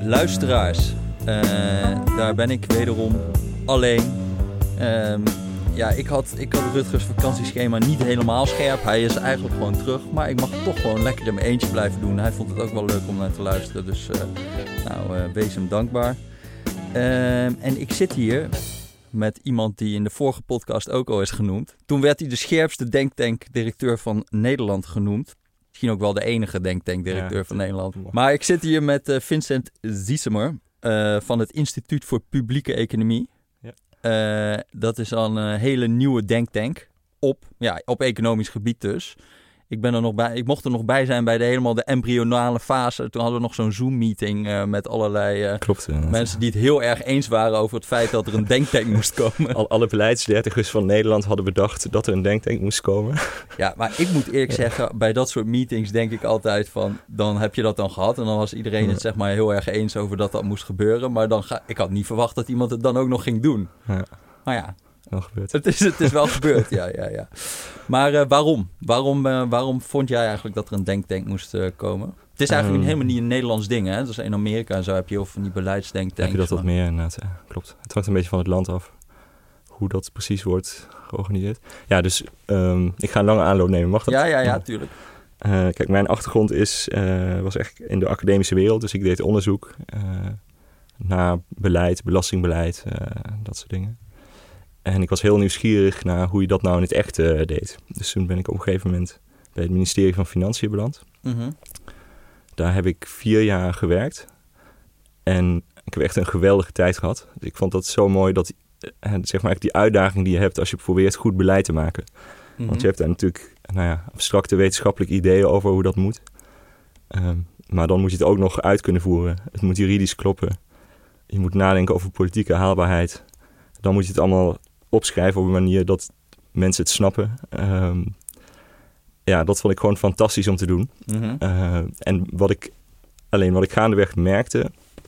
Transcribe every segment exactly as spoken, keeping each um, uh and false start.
luisteraars. Uh, daar ben ik wederom alleen. Um, ja, ik had, ik had Rutgers vakantieschema niet helemaal scherp. Hij is eigenlijk gewoon terug. Maar ik mag het toch gewoon lekker in mijn eentje blijven doen. Hij vond het ook wel leuk om naar te luisteren. Dus uh, nou, uh, wees hem dankbaar. Uh, en ik zit hier met iemand die in de vorige podcast ook al is genoemd. Toen werd hij de scherpste denktank-directeur van Nederland genoemd. Misschien ook wel de enige denktank-directeur ja, van Nederland. Maar ik zit hier met uh, Vincent Ziesemer uh, van het Instituut voor Publieke Economie. Ja. Uh, dat is al een hele nieuwe denktank op, ja, op economisch gebied dus. Ik, ben er nog bij, ik mocht er nog bij zijn bij de helemaal de embryonale fase. Toen hadden we nog zo'n Zoom-meeting uh, met allerlei uh, Klopt, ja, mensen die het heel erg eens waren over het feit dat er een denktank moest komen. Al, alle beleidsdertigers van Nederland hadden bedacht dat er een denktank moest komen. Ja, maar ik moet eerlijk zeggen, bij dat soort meetings denk ik altijd van, dan heb je dat dan gehad. En dan was iedereen het zeg maar heel erg eens over dat dat moest gebeuren. Maar dan ga, ik had niet verwacht dat iemand het dan ook nog ging doen. Ja. Maar ja. Wel gebeurd. Het is, het is wel gebeurd, ja, ja, ja. Maar uh, waarom? Waarom, uh, waarom vond jij eigenlijk dat er een denktank moest uh, komen? Het is eigenlijk um, helemaal niet een Nederlands ding, hè? Dus in Amerika en zo heb je heel veel van die beleidsdenktanks. Heb je dat wat meer inderdaad, ja, klopt. Het hangt een beetje van het land af, hoe dat precies wordt georganiseerd. Ja, dus um, ik ga een lange aanloop nemen, mag dat? Ja, ja, ja, tuurlijk. Uh, kijk, mijn achtergrond is, uh, was echt in de academische wereld, dus ik deed onderzoek uh, naar beleid, belastingbeleid, uh, dat soort dingen. En ik was heel nieuwsgierig naar hoe je dat nou in het echt uh, deed. Dus toen ben ik op een gegeven moment bij het ministerie van Financiën beland. Mm-hmm. Daar heb ik vier jaar gewerkt. En ik heb echt een geweldige tijd gehad. Ik vond dat zo mooi dat uh, zeg maar die uitdaging die je hebt als je probeert goed beleid te maken. Mm-hmm. Want je hebt daar natuurlijk nou ja, abstracte wetenschappelijke ideeën over hoe dat moet. Um, maar dan moet je het ook nog uit kunnen voeren. Het moet juridisch kloppen. Je moet nadenken over politieke haalbaarheid. Dan moet je het allemaal opschrijven op een manier dat mensen het snappen. Um, ja, dat vond ik gewoon fantastisch om te doen. Mm-hmm. Uh, en wat ik alleen wat ik gaandeweg merkte,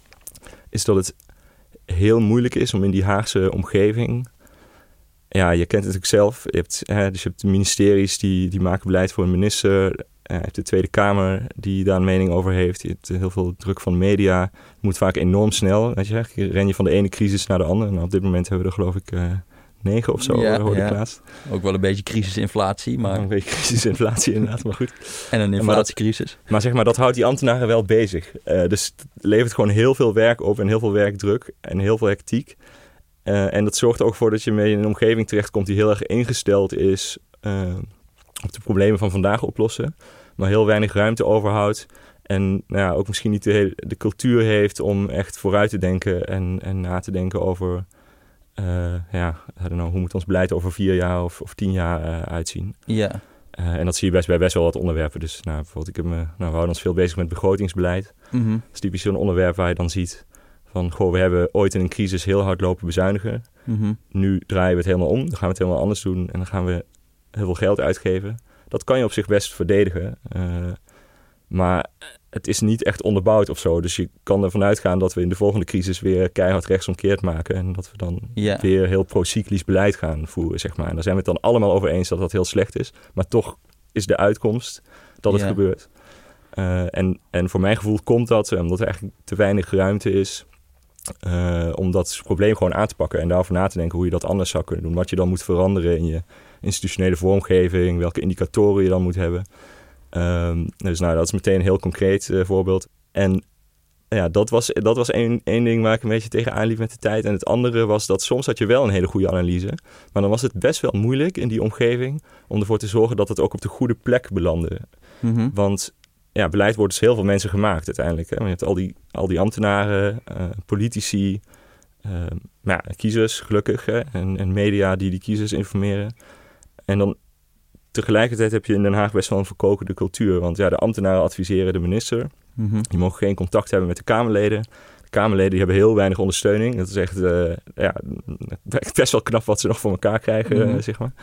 is dat het heel moeilijk is om in die Haagse omgeving. Ja, je kent het natuurlijk zelf. Je hebt, hè, dus je hebt de ministeries die, die maken beleid voor een minister. Uh, je hebt de Tweede Kamer die daar een mening over heeft. Je hebt heel veel druk van de media. Het moet vaak enorm snel. Weet je, je ren je van de ene crisis naar de andere. Nou, op dit moment hebben we er geloof ik uh, negen of zo, ja, hoorde ja. ik laatst. Ook wel een beetje crisisinflatie. Maar... Een beetje crisisinflatie inderdaad, maar goed. En een inflatiecrisis. Maar, dat, maar zeg maar, dat houdt die ambtenaren wel bezig. Uh, dus het levert gewoon heel veel werk op en heel veel werkdruk en heel veel hectiek. Uh, en dat zorgt er ook voor dat je mee in een omgeving terechtkomt die heel erg ingesteld is uh, op de problemen van vandaag oplossen. Maar heel weinig ruimte overhoudt. En nou ja, ook misschien niet de, hele, de cultuur heeft om echt vooruit te denken en, en na te denken over... Uh, ja, I don't know, hoe moet ons beleid over vier jaar of, of tien jaar uh, uitzien? Ja. Uh, en dat zie je best bij best wel wat onderwerpen. Dus nou, bijvoorbeeld, ik heb me, nou, we houden ons veel bezig met begrotingsbeleid. Mm-hmm. Dat is typisch zo'n onderwerp waar je dan ziet van, goh, we hebben ooit in een crisis heel hard lopen bezuinigen. Mm-hmm. Nu draaien we het helemaal om, dan gaan we het helemaal anders doen en dan gaan we heel veel geld uitgeven. Dat kan je op zich best verdedigen. Uh, maar het is niet echt onderbouwd of zo. Dus je kan ervan uitgaan dat we in de volgende crisis weer keihard rechtsomkeerd maken. En dat we dan yeah. weer heel pro-cyclisch beleid gaan voeren, zeg maar. En daar zijn we het dan allemaal over eens dat dat heel slecht is. Maar toch is de uitkomst dat het yeah. gebeurt. Uh, en, en voor mijn gevoel komt dat omdat er eigenlijk te weinig ruimte is uh, om dat probleem gewoon aan te pakken. En daarover na te denken hoe je dat anders zou kunnen doen. Wat je dan moet veranderen in je institutionele vormgeving. Welke indicatoren je dan moet hebben. Um, dus nou, dat is meteen een heel concreet uh, voorbeeld. En ja, dat was, dat was één, één ding waar ik een beetje tegenaan liep met de tijd. En het andere was dat soms had je wel een hele goede analyse. Maar dan was het best wel moeilijk in die omgeving om ervoor te zorgen dat het ook op de goede plek belandde. Mm-hmm. Want ja, beleid wordt dus heel veel mensen gemaakt uiteindelijk. Hè? Je hebt al die, al die ambtenaren, uh, politici, uh, ja, kiezers gelukkig. Hè? En, en media die die kiezers informeren. En dan tegelijkertijd heb je in Den Haag best wel een verkokende cultuur. Want ja, de ambtenaren adviseren de minister. Mm-hmm. Die mogen geen contact hebben met de Kamerleden. De Kamerleden die hebben heel weinig ondersteuning. Dat is echt uh, ja, best wel knap wat ze nog voor elkaar krijgen, mm-hmm. uh, zeg maar.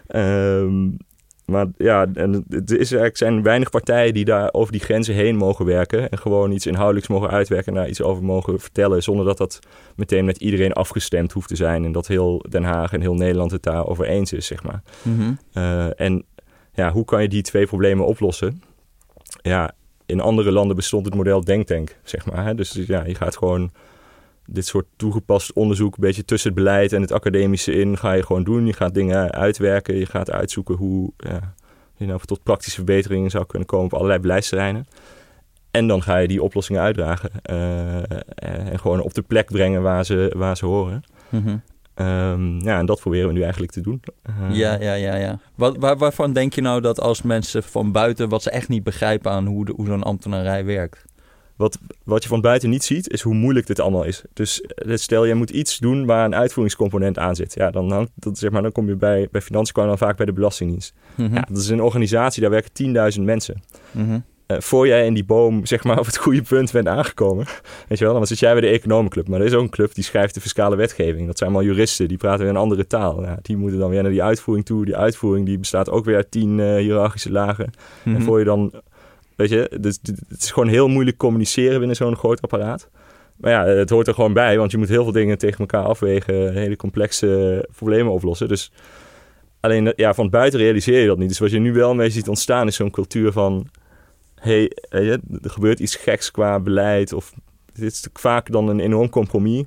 Um, maar ja, en er is eigenlijk zijn weinig partijen die daar over die grenzen heen mogen werken. En gewoon iets inhoudelijks mogen uitwerken en daar iets over mogen vertellen. Zonder dat dat meteen met iedereen afgestemd hoeft te zijn. En dat heel Den Haag en heel Nederland het daarover eens is, zeg maar. Mm-hmm. Uh, en ja, hoe kan je die twee problemen oplossen? Ja, in andere landen bestond het model denktank, zeg maar. Hè? Dus ja, je gaat gewoon dit soort toegepast onderzoek... een beetje tussen het beleid en het academische in... ga je gewoon doen. Je gaat dingen uitwerken. Je gaat uitzoeken hoe ja, je nou tot praktische verbeteringen zou kunnen komen... op allerlei beleidsterreinen. En dan ga je die oplossingen uitdragen. Uh, en gewoon op de plek brengen waar ze, waar ze horen. Mm-hmm. Um, ja, en dat proberen we nu eigenlijk te doen. Uh, ja, ja, ja. ja. Wat, waar, waarvan denk je nou dat als mensen van buiten... wat ze echt niet begrijpen aan hoe, de, hoe zo'n ambtenarij werkt? Wat, wat je van buiten niet ziet, is hoe moeilijk dit allemaal is. Dus stel, je moet iets doen waar een uitvoeringscomponent aan zit. Ja, dan, hangt, dat, zeg maar, dan kom je bij, bij financiën kwam dan vaak bij de Belastingdienst. Mm-hmm. Ja, dat is een organisatie, daar werken tienduizend mensen. Mm-hmm. Uh, voor jij in die boom, zeg maar, op het goede punt bent aangekomen. Weet je wel, dan zit jij bij de economenclub. Maar er is ook een club die schrijft de fiscale wetgeving. Dat zijn allemaal juristen, die praten weer een andere taal. Ja, die moeten dan weer naar die uitvoering toe. Die uitvoering die bestaat ook weer uit tien uh, hiërarchische lagen. Mm-hmm. En voor je dan... Weet je, dus het is gewoon heel moeilijk communiceren binnen zo'n groot apparaat. Maar ja, het hoort er gewoon bij, want je moet heel veel dingen tegen elkaar afwegen, hele complexe problemen oplossen. Dus alleen ja, van buiten realiseer je dat niet. Dus wat je nu wel mee ziet ontstaan is zo'n cultuur van... hé, hey, er gebeurt iets geks qua beleid of dit is vaak dan een enorm compromis.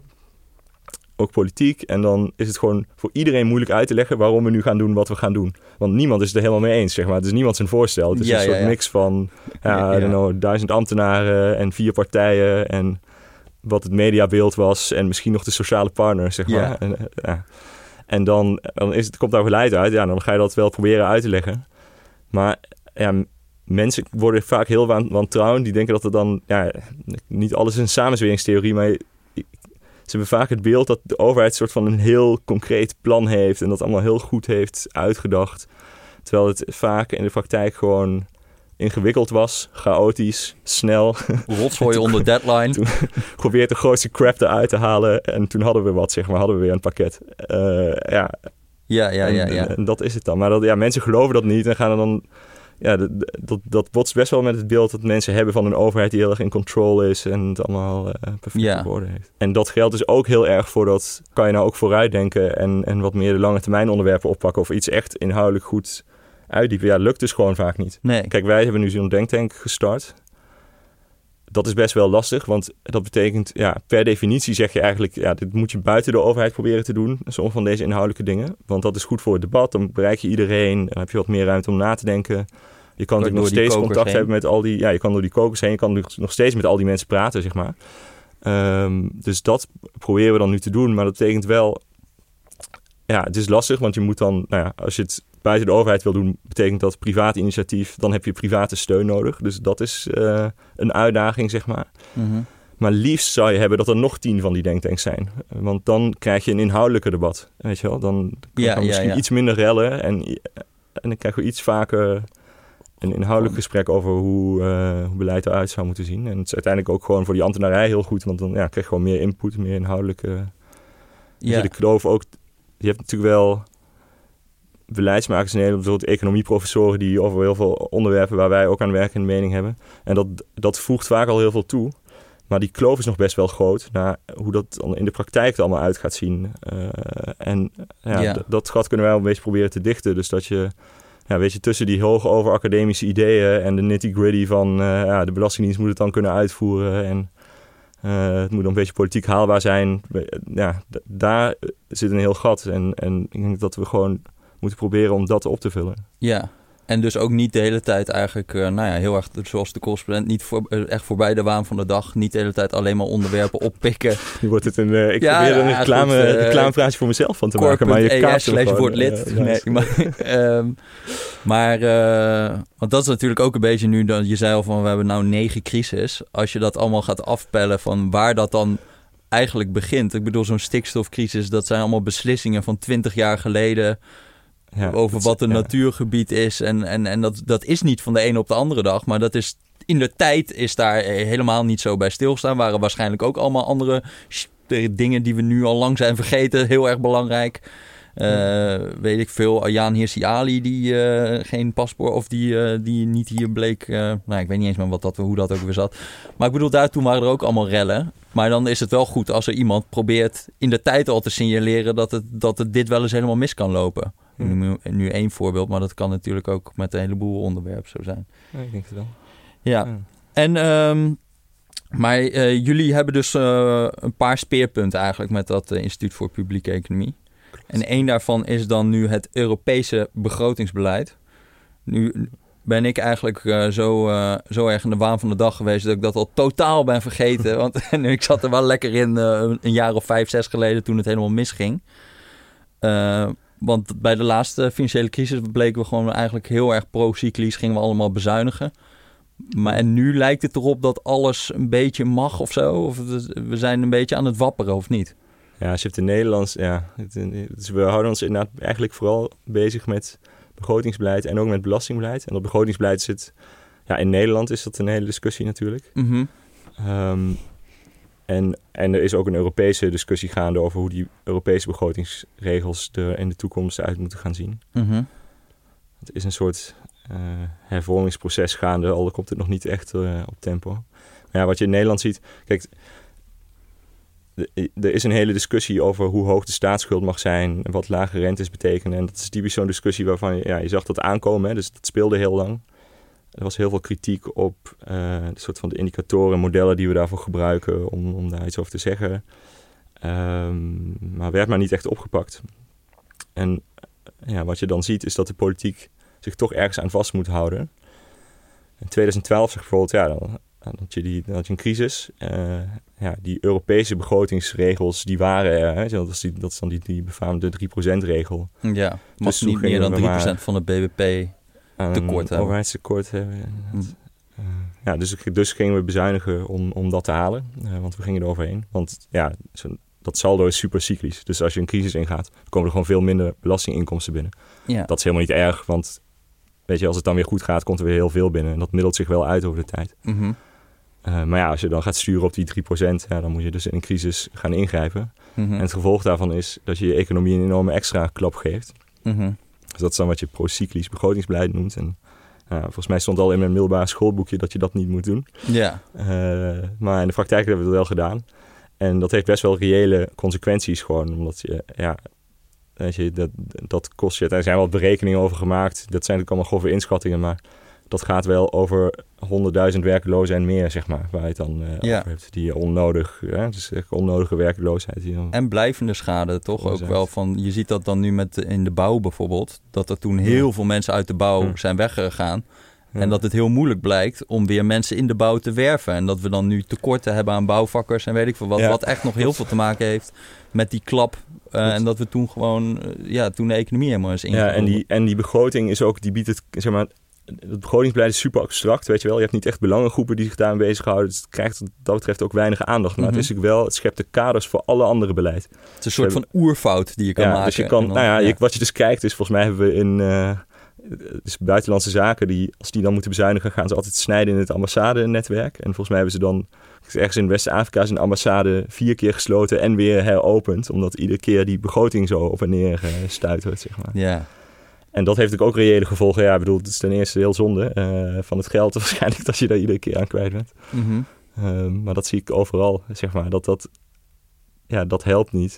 Ook politiek. En dan is het gewoon voor iedereen moeilijk uit te leggen waarom we nu gaan doen wat we gaan doen. Want niemand is het er helemaal mee eens, zeg maar. Het is niemand zijn voorstel. Het is ja, een soort ja, ja. mix van ja, ja, ja. I don't know, duizend ambtenaren en vier partijen en wat het mediabeeld was en misschien nog de sociale partner, zeg maar. Ja. En, ja. en dan, dan is het, komt daar beleid uit. Ja, dan ga je dat wel proberen uit te leggen. Maar ja, mensen worden vaak heel wantrouwend. Die denken dat er dan, ja, niet alles is een samenzweringstheorie, maar ze hebben vaak het beeld dat de overheid een soort van een heel concreet plan heeft en dat allemaal heel goed heeft uitgedacht. Terwijl het vaak in de praktijk gewoon ingewikkeld was, chaotisch, snel. Rotzooi onder deadline. Toen probeerde de grootste crap eruit te halen en toen hadden we wat, zeg maar, hadden we weer een pakket. Uh, ja. Ja, ja, ja, ja. En, en dat is het dan. Maar dat, ja, mensen geloven dat niet en gaan er dan... Ja, dat, dat, dat botst best wel met het beeld dat mensen hebben van een overheid die heel erg in control is en het allemaal uh, perfect ja. op orde heeft. En dat geldt dus ook heel erg voor dat, kan je nou ook vooruitdenken en, en wat meer de lange termijn onderwerpen oppakken of iets echt inhoudelijk goed uitdiepen. Ja, lukt dus gewoon vaak niet. Nee. Kijk, wij hebben nu zo'n denktank gestart. Dat is best wel lastig, want dat betekent, ja, per definitie zeg je eigenlijk, ja, dit moet je buiten de overheid proberen te doen, sommige van deze inhoudelijke dingen. Want dat is goed voor het debat, dan bereik je iedereen, dan heb je wat meer ruimte om na te denken. Je kan natuurlijk nog steeds contact heen. hebben met al die, ja, je kan door die kokers heen, je kan nog steeds met al die mensen praten, zeg maar. Um, dus dat proberen we dan nu te doen, maar dat betekent wel, ja, het is lastig, want je moet dan, nou ja, als je het buiten de overheid wil doen, betekent dat privaat initiatief, dan heb je private steun nodig. Dus dat is uh, een uitdaging, zeg maar. Mm-hmm. Maar liefst zou je hebben dat er nog tien van die denktanks zijn. Want dan krijg je een inhoudelijker debat, weet je wel. Dan kan ja, misschien ja, ja. iets minder rellen en, en dan krijgen we iets vaker een inhoudelijk gesprek over hoe, uh, hoe beleid eruit zou moeten zien. En het is uiteindelijk ook gewoon voor die ambtenarij heel goed, want dan ja, krijg je gewoon meer input, meer inhoudelijke... Ja. De kloof ook, je hebt natuurlijk wel beleidsmakers in Nederland, bijvoorbeeld economieprofessoren die over heel veel onderwerpen waar wij ook aan werken een mening hebben. En dat, dat voegt vaak al heel veel toe. Maar die kloof is nog best wel groot naar hoe dat dan in de praktijk er allemaal uit gaat zien. Uh, en ja, ja. D- dat gat kunnen wij wel een beetje proberen te dichten. Dus dat je, ja, weet je, tussen die hoog over academische ideeën en de nitty-gritty van uh, ja, de Belastingdienst moet het dan kunnen uitvoeren en uh, het moet dan een beetje politiek haalbaar zijn. Ja, d- daar zit een heel gat. En, en ik denk dat we gewoon moeten proberen om dat op te vullen. Ja, en dus ook niet de hele tijd eigenlijk, uh, nou ja, heel erg zoals de correspondent, niet voor, uh, echt voorbij de waan van de dag. Niet de hele tijd alleen maar onderwerpen oppikken. Nu wordt het een, uh, ik ja, probeer er een reclame, uh, reclamepraatje voor mezelf van te maken. Maar je kaart slash wordt lid. Uh, nee, maar, um, maar uh, want dat is natuurlijk ook een beetje nu, dat je zei al van we hebben nou negen crisis. Als je dat allemaal gaat afpellen van waar dat dan eigenlijk begint. Ik bedoel, zo'n stikstofcrisis, dat zijn allemaal beslissingen van twintig jaar geleden. Ja, over wat een ja. natuurgebied is. En, en, en dat, dat is niet van de ene op de andere dag. Maar dat is in de tijd is daar helemaal niet zo bij stilstaan. Waren waarschijnlijk ook allemaal andere dingen die we nu al lang zijn vergeten. Heel erg belangrijk. Uh, ja. Weet ik veel. Ayaan Hirsi Ali die uh, geen paspoort of die, uh, die niet hier bleek. Uh, nou, ik weet niet eens meer wat dat, hoe dat ook weer zat. Maar ik bedoel, daar toen waren er ook allemaal rellen. Maar dan is het wel goed als er iemand probeert in de tijd al te signaleren dat het, dat het dit wel eens helemaal mis kan lopen. Hmm. Nu, nu één voorbeeld, maar dat kan natuurlijk ook met een heleboel onderwerpen zo zijn. Ja, ik denk het wel. Ja. ja. En, um, maar uh, jullie hebben dus uh, een paar speerpunten eigenlijk met dat uh, Instituut voor Publieke Economie. Klopt. En één daarvan is dan nu het Europese begrotingsbeleid. Nu ben ik eigenlijk uh, zo, uh, zo erg in de waan van de dag geweest dat ik dat al totaal ben vergeten. Want ik zat er wel lekker in uh, een jaar of vijf, zes geleden toen het helemaal misging. Uh, want bij de laatste financiële crisis bleken we gewoon eigenlijk heel erg pro-cyclisch, gingen we allemaal bezuinigen. Maar en nu lijkt het erop dat alles een beetje mag of zo. Of we zijn een beetje aan het wapperen, of niet? Ja, als je het in Nederlands... Ja, het, dus we houden ons inderdaad eigenlijk vooral bezig met begrotingsbeleid en ook met belastingbeleid. En dat begrotingsbeleid zit... Ja, in Nederland is dat een hele discussie natuurlijk. Mm-hmm. Um, en, en er is ook een Europese discussie gaande over hoe die Europese begrotingsregels er in de toekomst uit moeten gaan zien. Mm-hmm. Het is een soort... Uh, hervormingsproces gaande, al komt het nog niet echt uh, op tempo. Maar ja, wat je in Nederland ziet... Kijk, de, er is een hele discussie over hoe hoog de staatsschuld mag zijn... en wat lage rentes betekenen. En dat is typisch zo'n discussie waarvan je, ja, je zag dat aankomen. Hè, dus dat speelde heel lang. Er was heel veel kritiek op uh, de soort van de indicatoren... modellen die we daarvoor gebruiken om, om daar iets over te zeggen. Um, maar werd maar niet echt opgepakt. En ja, wat je dan ziet is dat de politiek... zich toch ergens aan vast moet houden. In twintig twaalf zeg bijvoorbeeld, ja, dan, dan, had je die, dan had je een crisis. Uh, ja, die Europese begrotingsregels, die waren er. Hè, dat, is die, dat is dan die, die befaamde drie procent regel. Ja, mag dus niet meer dan drie procent van het B B P tekort hebben. Overheidstekort hebben. Hm. Uh, ja, dus, dus gingen we bezuinigen om, om dat te halen. Uh, want we gingen er overheen. Want ja, zo, dat saldo is super cyclisch. Dus als je een crisis ingaat, komen er gewoon veel minder belastinginkomsten binnen. Ja. Dat is helemaal niet erg, want weet je, als het dan weer goed gaat, komt er weer heel veel binnen. En dat middelt zich wel uit over de tijd. Mm-hmm. Uh, maar ja, als je dan gaat sturen op die drie procent, ja, dan moet je dus in een crisis gaan ingrijpen. Mm-hmm. En het gevolg daarvan is dat je je economie een enorme extra klap geeft. Mm-hmm. Dus dat is dan wat je pro-cyclisch begrotingsbeleid noemt. En uh, volgens mij stond al in mijn middelbare schoolboekje dat je dat niet moet doen. Ja. Uh, maar in de praktijk hebben we dat wel gedaan. En dat heeft best wel reële consequenties gewoon, omdat je, ja... Weet je, dat, dat kost je. Er zijn wel berekeningen over gemaakt. Dat zijn natuurlijk allemaal grove inschattingen. Maar dat gaat wel over honderdduizend werklozen en meer, zeg maar. Waar je het dan uh, ja. over hebt. Die onnodig, ja, dus onnodige werkloosheid. Die dan... En blijvende schade, toch ook wel van... Je ziet dat dan nu met in de bouw bijvoorbeeld. Dat er toen heel ja. veel mensen uit de bouw ja. zijn weggegaan. Ja. En dat het heel moeilijk blijkt om weer mensen in de bouw te werven. En dat we dan nu tekorten hebben aan bouwvakkers en weet ik veel wat. Ja. Wat echt nog heel veel te maken heeft met die klap. Uh, en dat we toen gewoon, uh, ja, toen de economie helemaal is ingekomen. Ja, en die, en die begroting is ook, die biedt het, zeg maar, het begrotingsbeleid is super abstract, weet je wel. Je hebt niet echt belangengroepen die zich daarmee bezighouden. Dus het krijgt wat dat betreft ook weinig aandacht. Maar mm-hmm. het is ook wel, het schept de kaders voor alle andere beleid. Het is een soort van oerfout die je kan ja, maken. Dus je kan, dan, nou ja, ja. Je, wat je dus kijkt is, volgens mij hebben we in... Uh, dus buitenlandse zaken, die, als die dan moeten bezuinigen, gaan ze altijd snijden in het ambassadenetwerk. En volgens mij hebben ze dan ergens in West-Afrika is een ambassade vier keer gesloten en weer heropend. Omdat iedere keer die begroting zo op en neer uh, stuit wordt, zeg maar. Ja. En dat heeft natuurlijk ook reële gevolgen. Ja, ik bedoel, het is ten eerste heel zonde uh, van het geld waarschijnlijk dat je daar iedere keer aan kwijt bent. Mm-hmm. Uh, maar dat zie ik overal, zeg maar. Dat, dat, ja, dat helpt niet.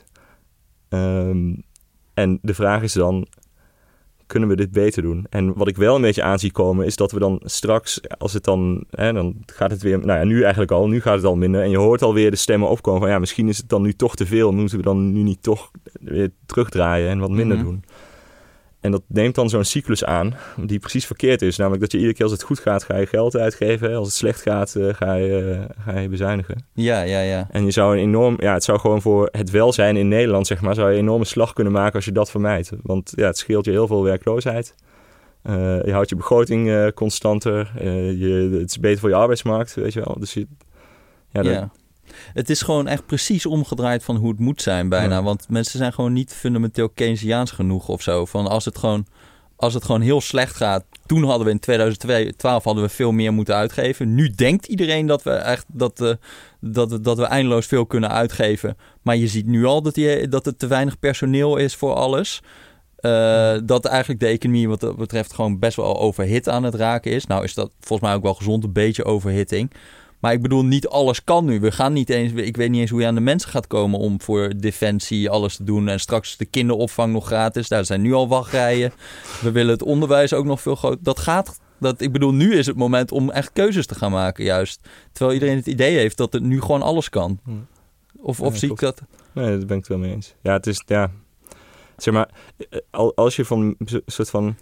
Um, en de vraag is dan... kunnen we dit beter doen? En wat ik wel een beetje aan zie komen... is dat we dan straks, als het dan... Hè, dan gaat het weer... Nou ja, nu eigenlijk al. Nu gaat het al minder. En je hoort alweer de stemmen opkomen van... ja, misschien is het dan nu toch te veel. Moeten we dan nu niet toch weer terugdraaien... en wat minder mm-hmm. doen? En dat neemt dan zo'n cyclus aan... die precies verkeerd is. Namelijk dat je iedere keer als het goed gaat... ga je geld uitgeven. Als het slecht gaat, uh, ga, je, uh, ga je bezuinigen. Ja, ja, ja. En je zou een enorm... Ja, het zou gewoon voor het welzijn in Nederland... zeg maar, zou je een enorme slag kunnen maken... als je dat vermijdt. Want ja, het scheelt je heel veel werkloosheid. Uh, je houdt je begroting uh, constanter. Uh, je, het is beter voor je arbeidsmarkt, weet je wel. Dus je... Ja, dat... ja. Het is gewoon echt precies omgedraaid van hoe het moet zijn bijna. Ja. Want mensen zijn gewoon niet fundamenteel Keynesiaans genoeg of zo. Van als het gewoon, als het gewoon heel slecht gaat. Toen hadden we in twintig twaalf hadden we veel meer moeten uitgeven. Nu denkt iedereen dat we echt dat, uh, dat, dat we eindeloos veel kunnen uitgeven. Maar je ziet nu al dat, die, dat er te weinig personeel is voor alles. Uh, dat eigenlijk de economie wat dat betreft gewoon best wel overhit aan het raken is. Nou is dat volgens mij ook wel gezond, een beetje overhitting. Maar ik bedoel, niet alles kan nu. We gaan niet eens, ik weet niet eens hoe je aan de mensen gaat komen om voor defensie alles te doen. En straks de kinderopvang nog gratis. Daar zijn nu al wachtrijen. We willen het onderwijs ook nog veel groter. Dat gaat Dat, ik bedoel, nu is het moment om echt keuzes te gaan maken juist. Terwijl iedereen het idee heeft dat het nu gewoon alles kan. Of, of ja, zie ik dat? Nee, dat ben ik het wel mee eens. Ja, het is, ja... Zeg maar, als je van een soort van...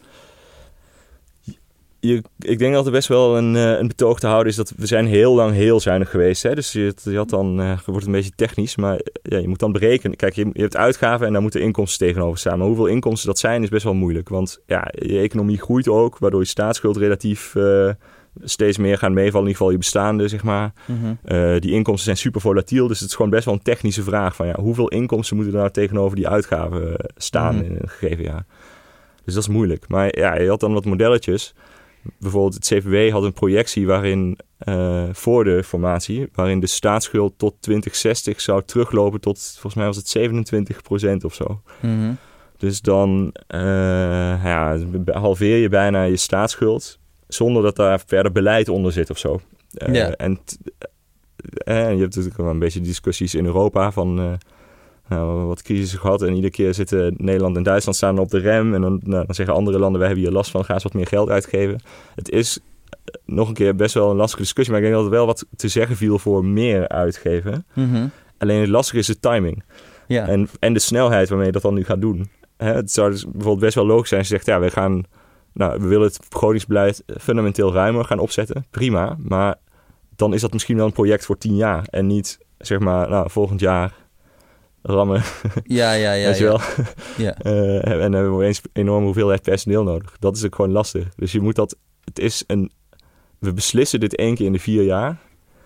Je, ik denk dat er best wel een, een betoog te houden is dat we zijn heel lang heel zuinig geweest. Hè? Dus je, je had dan, uh, wordt het een beetje technisch, maar ja, je moet dan berekenen. Kijk, je, je hebt uitgaven en daar moeten inkomsten tegenover staan. Maar hoeveel inkomsten dat zijn is best wel moeilijk. Want ja, je economie groeit ook, waardoor je staatsschuld relatief uh, steeds meer gaan meevallen. In ieder geval je bestaande, zeg maar. Mm-hmm. Uh, die inkomsten zijn super volatiel, dus het is gewoon best wel een technische vraag. Van, ja, hoeveel inkomsten moeten er nou tegenover die uitgaven staan mm-hmm. in een gegeven jaar? Dus dat is moeilijk. Maar ja, je had dan wat modelletjes. Bijvoorbeeld het C V W had een projectie waarin uh, voor de formatie, waarin de staatsschuld tot twintig zestig zou teruglopen tot, volgens mij was het zevenentwintig procent of zo. Mm-hmm. Dus dan uh, ja, halveer je bijna je staatsschuld zonder dat daar verder beleid onder zit of zo. Uh, yeah. En t- uh, je hebt natuurlijk wel een beetje discussies in Europa van... Uh, Nou, wat crisis gehad en iedere keer zitten Nederland en Duitsland staan op de rem en dan, nou, dan zeggen andere landen, wij hebben hier last van, ga eens wat meer geld uitgeven. Het is nog een keer best wel een lastige discussie, maar ik denk dat er wel wat te zeggen viel voor meer uitgeven. Mm-hmm. Alleen het lastige is de timing ja. en, en de snelheid waarmee je dat dan nu gaat doen. Hè, het zou dus bijvoorbeeld best wel logisch zijn als je zegt, ja, we gaan, nou, we willen het begrotingsbeleid fundamenteel ruimer gaan opzetten, prima, maar dan is dat misschien wel een project voor tien jaar en niet, zeg maar, nou, volgend jaar rammen. Ja, ja, ja. Weet je wel? Ja. Uh, en dan hebben we eens een enorme hoeveelheid personeel nodig. Dat is ook gewoon lastig. Dus je moet dat... Het is een... We beslissen dit één keer in de vier jaar.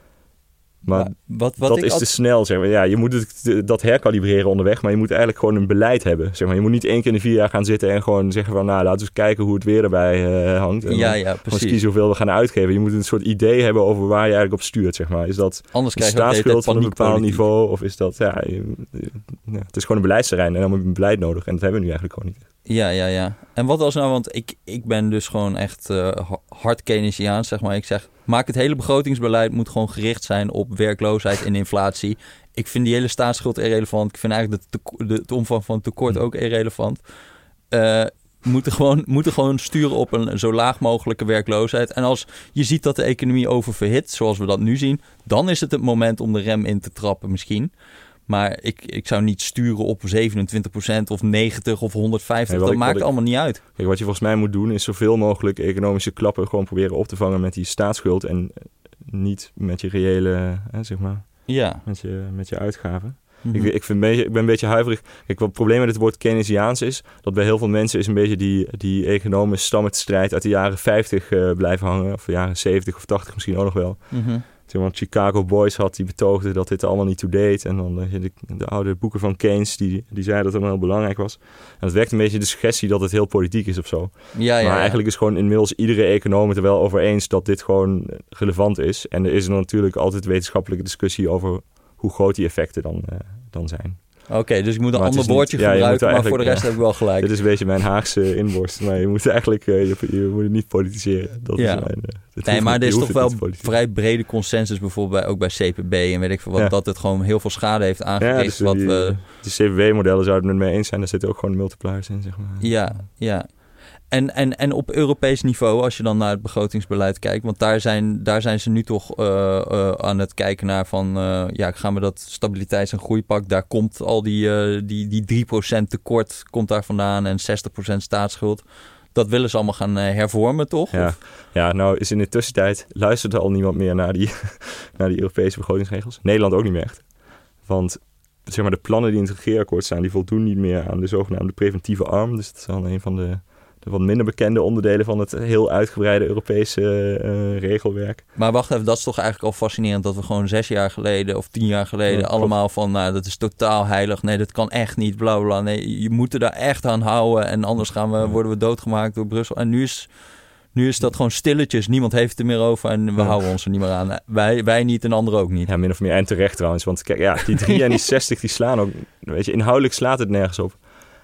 Maar, maar wat, wat dat is al... te snel, zeg maar. Ja, je moet het, dat herkalibreren onderweg, maar je moet eigenlijk gewoon een beleid hebben. Zeg maar. Je moet niet één keer in de vier jaar gaan zitten en gewoon zeggen van, nou, laten we eens kijken hoe het weer erbij uh, hangt. En ja, ja, precies. Kiezen hoeveel we gaan uitgeven. Je moet een soort idee hebben over waar je eigenlijk op stuurt, zeg maar. Is dat Anders een staatsschuld van een bepaald niveau? Of is dat, ja, je, ja, het is gewoon een beleidsterrein en dan moet je een beleid nodig. En dat hebben we nu eigenlijk gewoon niet. Ja, ja, ja. En wat als nou, want ik, ik ben dus gewoon echt uh, hard Keynesiaans, zeg maar. Ik zeg, maak het hele begrotingsbeleid moet gewoon gericht zijn op werkloosheid en inflatie. Ik vind die hele staatsschuld irrelevant. Ik vind eigenlijk de, te, de, de omvang van het tekort ook irrelevant. Uh, moeten gewoon, moeten gewoon sturen op een zo laag mogelijke werkloosheid. En als je ziet dat de economie oververhit, zoals we dat nu zien, dan is het het moment om de rem in te trappen misschien. Maar ik, ik zou niet sturen op zevenentwintig procent of negentig of honderdvijftig. Nee, dat ik, maakt ik, allemaal niet uit. Kijk, wat je volgens mij moet doen is zoveel mogelijk economische klappen gewoon proberen op te vangen met die staatsschuld. En niet met je reële, hè, zeg maar, ja. met, je, met je uitgaven. Mm-hmm. Ik, ik, vind een beetje, ik ben een beetje huiverig. Kijk, wat het probleem met het woord Keynesiaans is, dat bij heel veel mensen is een beetje die, die economische stammenstrijd uit de jaren vijftig uh, blijven hangen. Of de jaren zeventig of tachtig misschien ook nog wel. Mm-hmm. Toen want Chicago Boys had, die betoogde dat dit allemaal niet to-date. En dan de, de oude boeken van Keynes, die, die zeiden dat het heel belangrijk was. En het wekt een beetje de suggestie dat het heel politiek is of zo. Ja, ja, maar ja. eigenlijk is gewoon inmiddels iedere econoom het er wel over eens dat dit gewoon relevant is. En er is er natuurlijk altijd wetenschappelijke discussie over hoe groot die effecten dan, uh, dan zijn. Oké, okay, dus ik moet een maar ander woordje niet, gebruiken, ja, maar voor de rest ja, heb ik wel gelijk. Dit is een beetje mijn Haagse inborst, maar je moet eigenlijk uh, je, je moet het niet politiseren. Dat ja. is mijn, uh, nee, maar er is toch wel vrij brede consensus, bijvoorbeeld bij, ook bij C P B en weet ik veel wat, ja. dat het gewoon heel veel schade heeft aangericht. Ja, dus wat die, we... die C V W-modellen zouden het met me eens zijn, daar zitten ook gewoon multipliers in, zeg maar. Ja, ja. En, en, en op Europees niveau, als je dan naar het begrotingsbeleid kijkt, want daar zijn, daar zijn ze nu toch uh, uh, aan het kijken naar van, uh, ja, gaan we dat stabiliteits- en groeipact, daar komt al die, uh, die, die drie procent tekort komt daar vandaan en zestig procent staatsschuld. Dat willen ze allemaal gaan uh, hervormen, toch? Ja. ja, nou is in de tussentijd, luistert er al niemand meer naar die, naar die Europese begrotingsregels. Nederland ook niet meer echt. Want zeg maar, de plannen die in het regeerakkoord staan, die voldoen niet meer aan de zogenaamde preventieve arm. Dus dat is al een van de... de wat minder bekende onderdelen van het heel uitgebreide Europese uh, regelwerk. Maar wacht even, dat is toch eigenlijk al fascinerend dat we gewoon zes jaar geleden of tien jaar geleden ja, allemaal van, nou, dat is totaal heilig. Nee, dat kan echt niet, bla bla. Nee, je moet er daar echt aan houden en anders gaan we, ja. worden we doodgemaakt door Brussel. En nu is, nu is dat gewoon stilletjes. Niemand heeft het er meer over en we ja. houden ons er niet meer aan. Wij, wij niet en anderen ook niet. Ja, min of meer en terecht trouwens. Want kijk, ja, die drie en die zestig die slaan ook, weet je, inhoudelijk slaat het nergens op.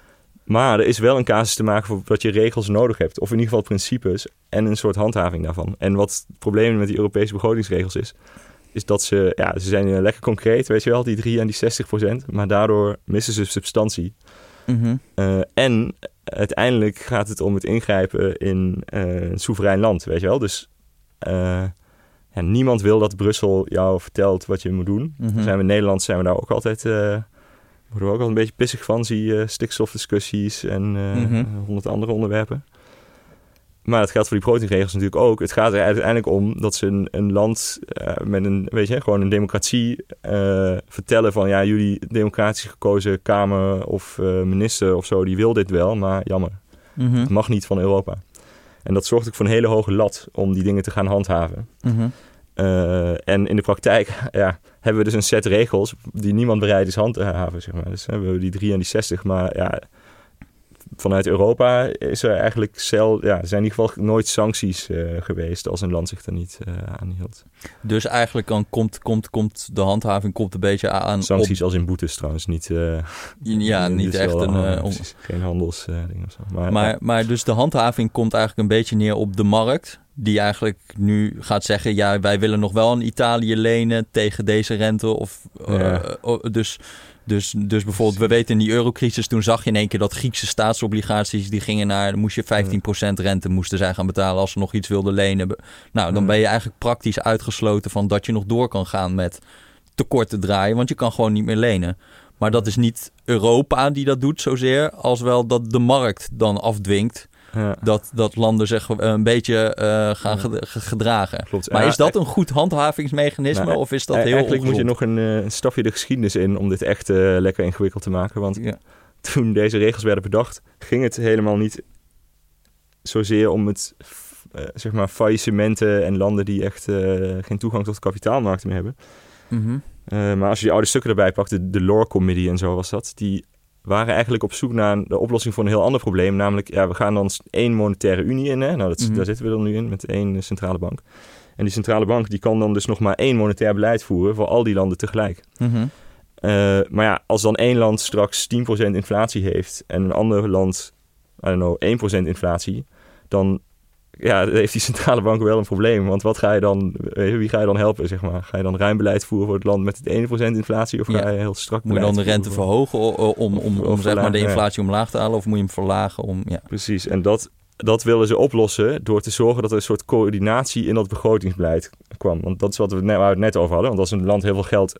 Maar er is wel een casus te maken voor wat je regels nodig hebt. Of in ieder geval principes en een soort handhaving daarvan. En wat het probleem met die Europese begrotingsregels is, is dat ze, ja, ze zijn lekker concreet, weet je wel, die drie en die zestig procent. Maar daardoor missen ze substantie. Mm-hmm. Uh, en uiteindelijk gaat het om het ingrijpen in uh, een soeverein land, weet je wel. Dus uh, ja, niemand wil dat Brussel jou vertelt wat je moet doen. Mm-hmm. Zijn we in Nederland zijn we daar ook altijd... Uh, worden we ook al een beetje pissig van, zie je uh, stikstofdiscussies en honderd uh, mm-hmm. andere onderwerpen. Maar dat geldt voor die proteïnregels natuurlijk ook. Het gaat er uiteindelijk om dat ze een, een land uh, met een, weet je, gewoon een democratie uh, vertellen van ja, jullie democratisch gekozen Kamer of uh, minister of zo, die wil dit wel, maar jammer. Mm-hmm. Het mag niet van Europa. En dat zorgt ook voor een hele hoge lat om die dingen te gaan handhaven. Mm-hmm. Uh, en in de praktijk ja, hebben we dus een set regels die niemand bereid is hand te haven, zeg maar. Dus hebben we die drie en die zestig, maar ja... Vanuit Europa is er eigenlijk cel, ja, er zijn in ieder geval nooit sancties uh, geweest als een land zich er niet uh, aan hield. Dus eigenlijk dan komt, komt, komt de handhaving komt een beetje aan... Sancties op... als in boetes trouwens, niet... Uh, ja, niet echt wel, een... Uh, om... Geen handelsding uh, of zo. Maar, maar, ja. maar dus de handhaving komt eigenlijk een beetje neer op de markt... die eigenlijk nu gaat zeggen... ja, wij willen nog wel aan Italië lenen tegen deze rente. Of, ja. uh, dus... Dus, dus bijvoorbeeld, we weten in die eurocrisis, toen zag je in één keer dat Griekse staatsobligaties, die gingen naar, moest je vijftien procent rente moesten zij gaan betalen als ze nog iets wilden lenen. Nou, dan ben je eigenlijk praktisch uitgesloten van dat je nog door kan gaan met tekorten draaien, want je kan gewoon niet meer lenen. Maar dat is niet Europa die dat doet zozeer, als wel dat de markt dan afdwingt. Ja. Dat, dat landen zich een beetje uh, gaan ja. gedragen. Klopt. Maar ja, is dat een goed handhavingsmechanisme nou, of is dat heel Eigenlijk ongezond? moet je nog een uh, stapje de geschiedenis in om dit echt uh, lekker ingewikkeld te maken. Want ja. toen deze regels werden bedacht, ging het helemaal niet zozeer om het uh, zeg maar faillissementen en landen die echt uh, geen toegang tot de kapitaalmarkten meer hebben. Mm-hmm. Uh, maar als je die oude stukken erbij pakt, de, de Law Committee en zo was dat, die waren eigenlijk op zoek naar de oplossing voor een heel ander probleem. Namelijk, ja, we gaan dan één monetaire unie in. Hè? Nou, dat, mm-hmm. daar zitten we dan nu in met één centrale bank. En die centrale bank die kan dan dus nog maar één monetair beleid voeren voor al die landen tegelijk. Mm-hmm. Uh, maar ja, als dan één land straks tien procent inflatie heeft en een ander land, I don't know, één procent inflatie, dan ja, heeft die centrale bank wel een probleem. Want wat ga je dan, wie ga je dan helpen, zeg maar? Ga je dan ruim beleid voeren voor het land met het één procent inflatie? Of ja. ga je heel strak Moet je dan de rente voor... verhogen om, om, om, om zeg maar de inflatie ja. omlaag te halen? Of moet je hem verlagen? Om, ja. Precies, en dat, dat willen ze oplossen door te zorgen dat er een soort coördinatie in dat begrotingsbeleid kwam. Want dat is wat we net, waar we het net over hadden. Want als een land heel veel geld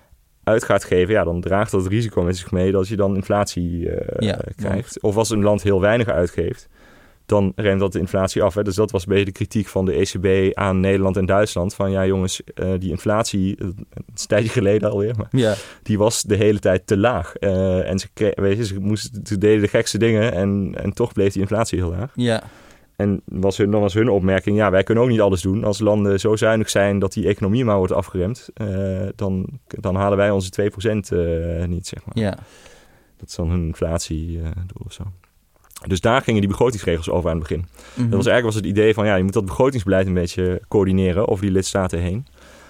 uit gaat geven, ja, dan draagt dat het risico met zich mee dat je dan inflatie uh, ja. krijgt. Ja. Of als een land heel weinig uitgeeft, dan remt dat de inflatie af. Hè? Dus dat was een beetje de kritiek van de E C B aan Nederland en Duitsland. Van ja jongens, uh, die inflatie, het is een tijdje geleden alweer, maar ja. die was de hele tijd te laag. Uh, en ze, weet je, ze, moesten, ze deden de gekste dingen en, en toch bleef die inflatie heel laag. Ja. En was hun, dan was hun opmerking, ja, wij kunnen ook niet alles doen. Als landen zo zuinig zijn dat die economie maar wordt afgeremd, uh, dan, dan halen wij onze twee procent uh, niet, zeg maar. Ja. Dat is dan hun inflatiedoel uh, of zo. Dus daar gingen die begrotingsregels over aan het begin. Mm-hmm. Dat was eigenlijk was het idee van, ja, je moet dat begrotingsbeleid een beetje coördineren over die lidstaten heen.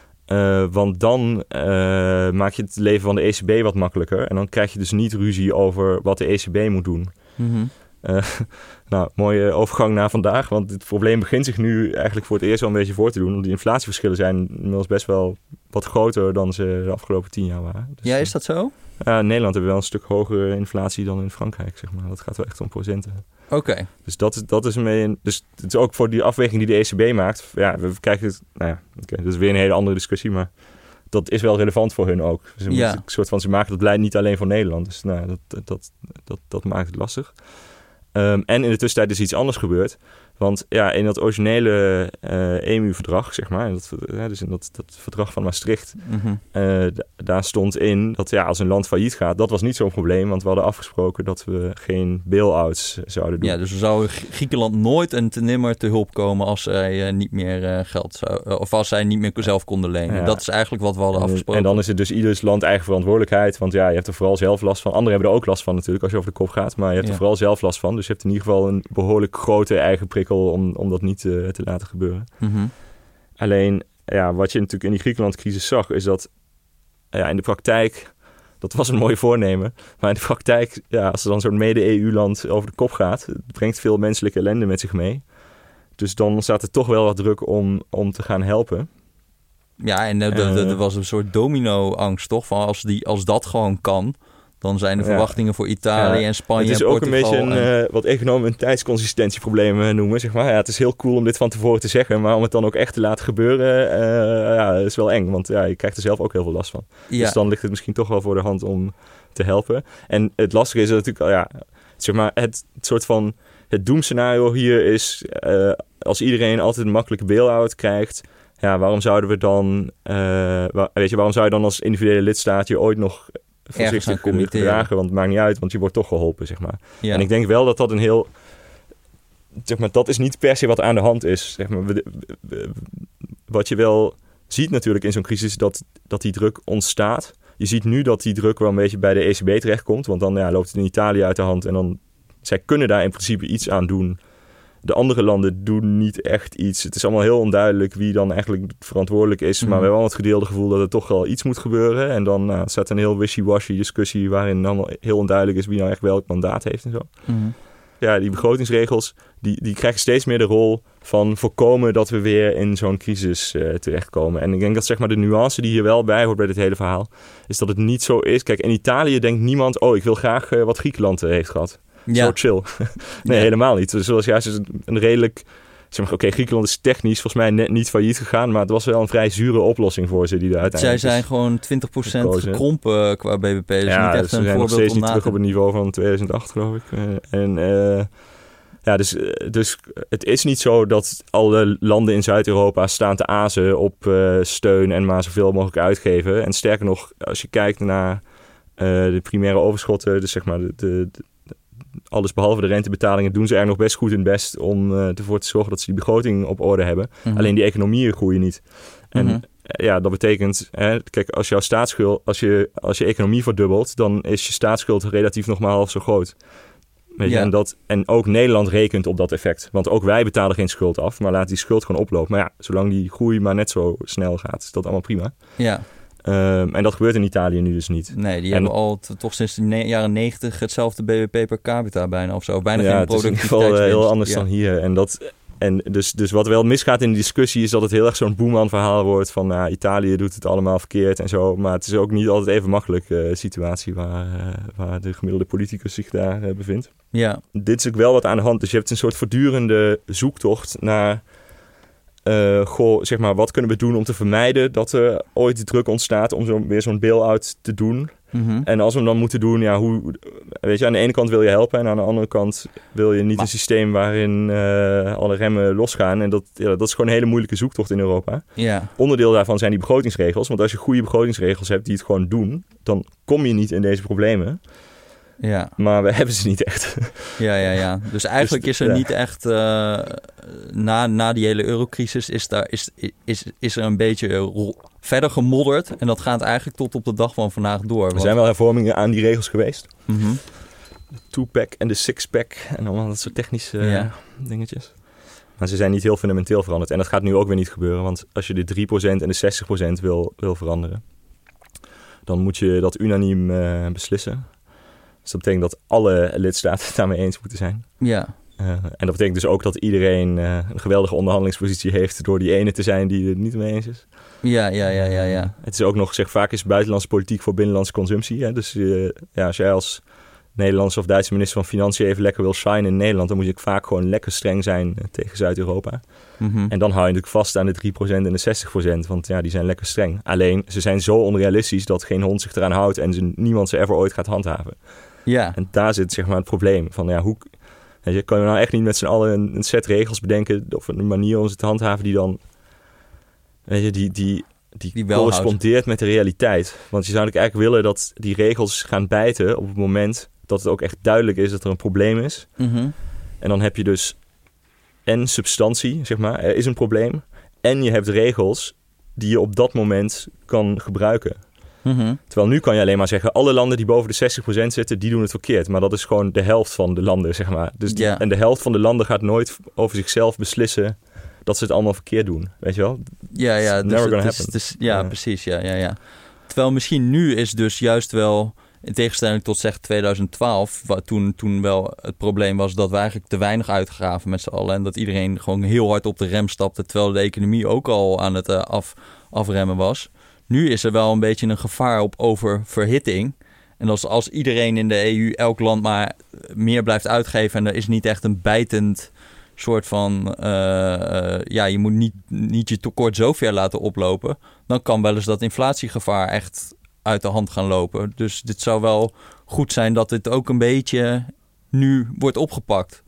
Uh, want dan uh, maak je het leven van de E C B wat makkelijker. En dan krijg je dus niet ruzie over wat de E C B moet doen. Mm-hmm. Uh, nou, mooie overgang naar vandaag. Want het probleem begint zich nu eigenlijk voor het eerst wel een beetje voor te doen. Want die inflatieverschillen zijn inmiddels best wel wat groter dan ze de afgelopen tien jaar waren. Dus, ja, is dat zo? Uh, in Nederland hebben we wel een stuk hogere inflatie dan in Frankrijk, zeg maar. Dat gaat wel echt om procenten. Oké. Okay. Dus dat, dat is mee. Dus het is ook voor die afweging die de E C B maakt. Ja, we kijken het. Nou ja, oké, okay, dat is weer een hele andere discussie, maar dat is wel relevant voor hun ook. Ze, ja. een soort van, ze maken dat beleid niet alleen voor Nederland. Dus nou, dat, dat, dat, dat, dat maakt het lastig. Um, en in de tussentijd is iets anders gebeurd. Want ja, in dat originele uh, E M U-verdrag, zeg maar, dat, uh, dus in dat, dat verdrag van Maastricht, mm-hmm. uh, d- daar stond in dat ja, als een land failliet gaat, dat was niet zo'n probleem, want we hadden afgesproken dat we geen bail-outs zouden doen. Ja, dus we zouden Griekenland nooit en te nimmer te hulp komen als zij uh, niet meer uh, geld zou, uh, of als zij niet meer zelf konden lenen. Ja. Dat is eigenlijk wat we hadden en, afgesproken. En dan is het dus ieders land eigen verantwoordelijkheid, want ja, je hebt er vooral zelf last van. Anderen hebben er ook last van natuurlijk als je over de kop gaat, maar je hebt ja. er vooral zelf last van. Dus je hebt in ieder geval een behoorlijk grote eigen prikkel om, om dat niet uh, te laten gebeuren. Mm-hmm. Alleen, ja, wat je natuurlijk in die Griekenland-crisis zag, is dat ja, in de praktijk, dat was een mooi voornemen, maar in de praktijk, ja, als er dan zo'n mede-E U-land over de kop gaat, het brengt veel menselijke ellende met zich mee. Dus dan staat er toch wel wat druk om, om te gaan helpen. Ja, en er uh, uh, was een soort domino-angst, toch? Van als, die, als dat gewoon kan, dan zijn de verwachtingen ja. voor Italië ja. en Spanje en Portugal. Het is ook een beetje een, en... uh, wat economen een tijdsconsistentieprobleem noemen, zeg maar. Ja, het is heel cool om dit van tevoren te zeggen, maar om het dan ook echt te laten gebeuren, uh, ja, is wel eng. Want ja, je krijgt er zelf ook heel veel last van. Ja. Dus dan ligt het misschien toch wel voor de hand om te helpen. En het lastige is natuurlijk, ja, zeg maar, het, het soort van, het doemscenario hier is, uh, als iedereen altijd een makkelijke bail-out krijgt, ja, waarom zouden we dan, uh, waar, weet je, waarom zou je dan als individuele lidstaat je ooit nog voorzichtig kunnen gedragen? Want het maakt niet uit, want je wordt toch geholpen, zeg maar. Ja. En ik denk wel dat dat een heel, zeg maar, dat is niet per se wat aan de hand is. Zeg maar, we, we, wat je wel ziet natuurlijk in zo'n crisis, dat, dat die druk ontstaat. Je ziet nu dat die druk wel een beetje bij de E C B terechtkomt, want dan ja, loopt het in Italië uit de hand en dan, zij kunnen daar in principe iets aan doen. De andere landen doen niet echt iets. Het is allemaal heel onduidelijk wie dan eigenlijk verantwoordelijk is. Mm. Maar we hebben wel het gedeelde gevoel dat er toch wel iets moet gebeuren. En dan nou, staat een heel wishy-washy discussie waarin allemaal heel onduidelijk is wie nou echt welk mandaat heeft en zo. Mm. Ja, die begrotingsregels die, die krijgen steeds meer de rol van voorkomen dat we weer in zo'n crisis uh, terechtkomen. En ik denk dat zeg maar de nuance die hier wel bij hoort bij dit hele verhaal, is dat het niet zo is. Kijk, in Italië denkt niemand, oh, ik wil graag uh, wat Griekenland uh, heeft gehad. Ja. Zo chill. nee, ja. helemaal niet. Dus zoals juist een, een redelijk, zeg maar, oké, okay, Griekenland is technisch volgens mij net niet failliet gegaan, maar het was wel een vrij zure oplossing voor ze die er uiteindelijk. Zij zijn gewoon twintig procent gekrompen qua B B P. Dus ja, niet echt dus ze een zijn nog steeds niet terug te... op het niveau van tweeduizend acht, geloof ik. Uh, en uh, ja, dus, dus het is niet zo dat alle landen in Zuid-Europa staan te azen op uh, steun en maar zoveel mogelijk uitgeven. En sterker nog, als je kijkt naar uh, de primaire overschotten, dus zeg maar de, de, de alles behalve de rentebetalingen, doen ze er nog best goed hun best om uh, ervoor te zorgen dat ze die begroting op orde hebben. Mm-hmm. Alleen die economieën groeien niet. En mm-hmm. ja, dat betekent, hè, kijk, als jouw staatsschuld, als je, als je economie verdubbelt, dan is je staatsschuld relatief nog maar half zo groot. Weet je? Ja. En, dat, en ook Nederland rekent op dat effect. Want ook wij betalen geen schuld af, maar laten die schuld gewoon oplopen. Maar ja, zolang die groei maar net zo snel gaat, is dat allemaal prima. Ja. Um, en dat gebeurt in Italië nu dus niet. Nee, die en, hebben al t- toch sinds de ne- jaren negentig hetzelfde B B P per capita bijna of zo. Bijna ja, geen productiviteit. Ja, het is in ieder geval uh, heel anders ja. dan hier. En, dat, en dus, dus wat wel misgaat in de discussie is dat het heel erg zo'n boeman verhaal wordt van uh, Italië doet het allemaal verkeerd en zo. Maar het is ook niet altijd even makkelijk uh, situatie waar, uh, waar de gemiddelde politicus zich daar uh, bevindt. Ja. Dit is ook wel wat aan de hand. Dus je hebt een soort voortdurende zoektocht naar Uh, goh, zeg maar, wat kunnen we doen om te vermijden dat er ooit de druk ontstaat om zo, weer zo'n bail-out te doen. Mm-hmm. En als we hem dan moeten doen, ja, hoe, weet je, aan de ene kant wil je helpen en aan de andere kant wil je niet maar... een systeem waarin uh, alle remmen losgaan. En dat, ja, dat is gewoon een hele moeilijke zoektocht in Europa. Ja. Onderdeel daarvan zijn die begrotingsregels. Want als je goede begrotingsregels hebt die het gewoon doen, dan kom je niet in deze problemen. Ja. Maar we hebben ze niet echt. Ja, ja, ja. Dus eigenlijk dus, is er ja. niet echt... Uh, na, na die hele eurocrisis is, daar, is, is, is er een beetje ro- verder gemodderd. En dat gaat eigenlijk tot op de dag van vandaag door. Er want... zijn wel hervormingen aan die regels geweest. Mm-hmm. De two-pack en de six-pack. En allemaal dat soort technische ja. uh, dingetjes. Maar ze zijn niet heel fundamenteel veranderd. En dat gaat nu ook weer niet gebeuren. Want als je de drie procent en de zestig procent wil, wil veranderen, dan moet je dat unaniem uh, beslissen. Dus dat betekent dat alle lidstaten het daarmee eens moeten zijn. Ja. Uh, en dat betekent dus ook dat iedereen uh, een geweldige onderhandelingspositie heeft door die ene te zijn die het niet mee eens is. Ja, ja, ja, ja, ja. Het is ook nog, zeg, vaak is buitenlandse politiek voor binnenlandse consumptie. Hè? Dus uh, ja, als jij als Nederlandse of Duitse minister van Financiën even lekker wil shinen in Nederland, dan moet je vaak gewoon lekker streng zijn uh, tegen Zuid-Europa. Mm-hmm. En dan hou je natuurlijk vast aan de drie procent en de zestig procent, want ja, die zijn lekker streng. Alleen, ze zijn zo onrealistisch dat geen hond zich eraan houdt en ze, niemand ze ever ooit gaat handhaven. Ja. En daar zit, zeg maar, het probleem van, ja, hoe... Je kan je nou echt niet met z'n allen een, een set regels bedenken of een manier om ze te handhaven die dan, weet je, die, die, die, die correspondeert houdt met de realiteit. Want je zou eigenlijk willen dat die regels gaan bijten op het moment dat het ook echt duidelijk is dat er een probleem is. Mm-hmm. En dan heb je dus en substantie, zeg maar, er is een probleem. En je hebt regels die je op dat moment kan gebruiken. Mm-hmm. Terwijl nu kan je alleen maar zeggen, alle landen die boven de zestig procent zitten, die doen het verkeerd. Maar dat is gewoon de helft van de landen, zeg maar. Dus die, yeah. En de helft van de landen gaat nooit over zichzelf beslissen dat ze het allemaal verkeerd doen. Weet je wel? Ja, ja. Dus never gonna het is, happen. het is, ja, ja, precies. Ja, ja, ja. Terwijl misschien nu is dus juist wel, in tegenstelling tot zeg twintig twaalf, waar toen, toen wel het probleem was dat we eigenlijk te weinig uitgaven met z'n allen. En dat iedereen gewoon heel hard op de rem stapte, terwijl de economie ook al aan het uh, af, afremmen was. Nu is er wel een beetje een gevaar op oververhitting. En als, als iedereen in de E U, elk land maar meer blijft uitgeven... en er is niet echt een bijtend soort van... Uh, uh, ja, je moet niet, niet je tekort zo ver laten oplopen... dan kan wel eens dat inflatiegevaar echt uit de hand gaan lopen. Dus dit zou wel goed zijn dat dit ook een beetje nu wordt opgepakt.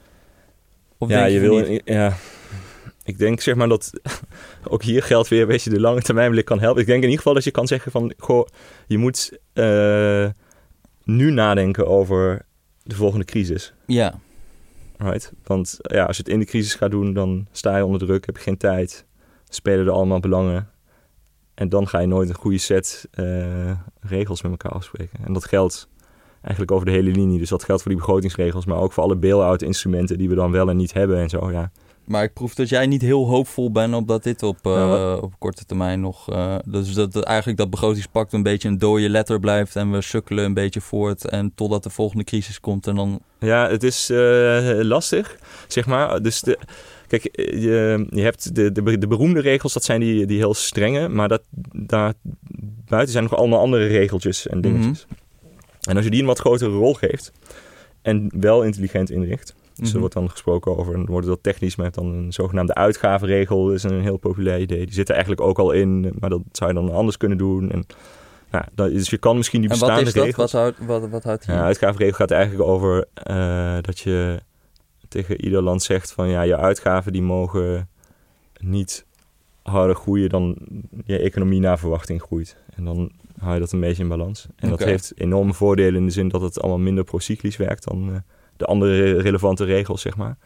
Of ja, denk je, je wil... niet? Ja... Ik denk zeg maar dat ook hier geldt weer een beetje de lange termijn blik kan helpen. Ik denk in ieder geval dat je kan zeggen van... Goh, je moet uh, nu nadenken over de volgende crisis. Ja. Right? Want ja, als je het in de crisis gaat doen, dan sta je onder druk, heb je geen tijd. Spelen er allemaal belangen. En dan ga je nooit een goede set uh, regels met elkaar afspreken. En dat geldt eigenlijk over de hele linie. Dus dat geldt voor die begrotingsregels, maar ook voor alle bail-out instrumenten die we dan wel en niet hebben en zo, ja. Maar ik proef dat jij niet heel hoopvol bent op dat dit op, uh, ja, op korte termijn nog... Uh, dus dat, dat eigenlijk dat begrotingspact een beetje een dode letter blijft... en we sukkelen een beetje voort en totdat de volgende crisis komt en dan... Ja, het is uh, lastig, zeg maar. Dus de, kijk, je, je hebt de, de, de beroemde regels, dat zijn die, die heel strenge... maar dat, daar buiten zijn nog allemaal andere regeltjes en dingetjes. Mm-hmm. En als je die een wat grotere rol geeft en wel intelligent inricht... Dus er wordt dan gesproken over, dan wordt het wel technisch, maar dan een zogenaamde uitgavenregel. Dat is een heel populair idee. Die zit er eigenlijk ook al in, maar dat zou je dan anders kunnen doen. En, nou, dat, dus je kan misschien die bestaande regels... En wat is dat? Regels, wat, houdt, wat, wat houdt die? Ja, uitgavenregel gaat eigenlijk over uh, dat je tegen ieder land zegt van... ja, je uitgaven die mogen niet harder groeien dan je economie naar verwachting groeit. En dan hou je dat een beetje in balans. En okay. dat heeft enorme voordelen in de zin dat het allemaal minder procyclisch werkt dan... Uh, de andere relevante regels, zeg maar.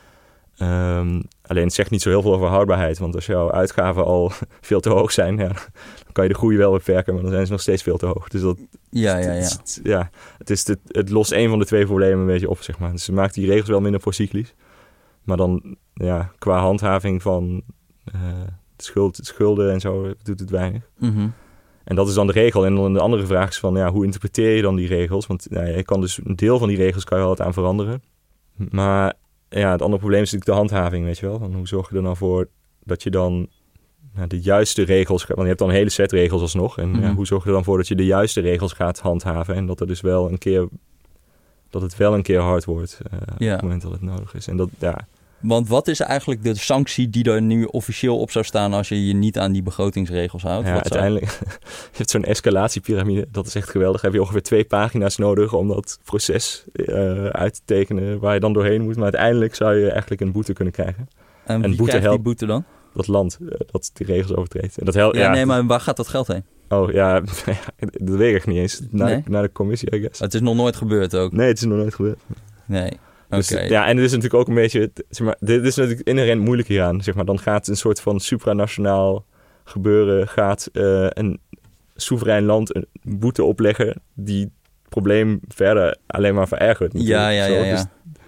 Um, alleen het zegt niet zo heel veel over houdbaarheid. Want als jouw uitgaven al veel te hoog zijn... Ja, dan kan je de groei wel beperken, maar dan zijn ze nog steeds veel te hoog. Dus dat, ja, ja, ja. Het, het, ja, het, is het, het lost een van de twee problemen een beetje op, zeg maar. Dus het maakt die regels wel minder procyclisch. Maar dan, ja, qua handhaving van uh, schuld, schulden en zo, doet het weinig. Mm-hmm. En dat is dan de regel. En dan de andere vraag is van, ja, hoe interpreteer je dan die regels? Want nou, je kan dus een deel van die regels kan je altijd aan veranderen. Maar ja, het andere probleem is natuurlijk de handhaving, weet je wel. Van, hoe zorg je er nou voor dat je dan nou, de juiste regels... Want je hebt dan een hele set regels alsnog. En mm-hmm. ja, hoe zorg je er dan voor dat je de juiste regels gaat handhaven? En dat er dus wel een keer... dat het wel een keer hard wordt uh, ja. op het moment dat het nodig is. En dat, ja... Want wat is eigenlijk de sanctie die er nu officieel op zou staan als je je niet aan die begrotingsregels houdt? Ja, wat uiteindelijk, zou... je hebt zo'n escalatiepyramide, dat is echt geweldig. Dan heb je ongeveer twee pagina's nodig om dat proces uh, uit te tekenen waar je dan doorheen moet. Maar uiteindelijk zou je eigenlijk een boete kunnen krijgen. En wie en boete krijgt die boete dan? Dat land uh, dat die regels overtreedt. En dat hel- ja, ja, nee, maar waar gaat dat geld heen? Oh ja, dat weet ik niet eens. Naar, nee? naar de commissie, I guess. Het is nog nooit gebeurd ook? Nee, het is nog nooit gebeurd. Nee. Dus, okay. Ja, en het is natuurlijk ook een beetje... Zeg maar, dit is natuurlijk inherent moeilijk hieraan. Zeg maar. Dan gaat een soort van supranationaal gebeuren... gaat uh, een soeverein land een boete opleggen... die het probleem verder alleen maar verergert. Ja, ja, Zo, ja. ja. Dus,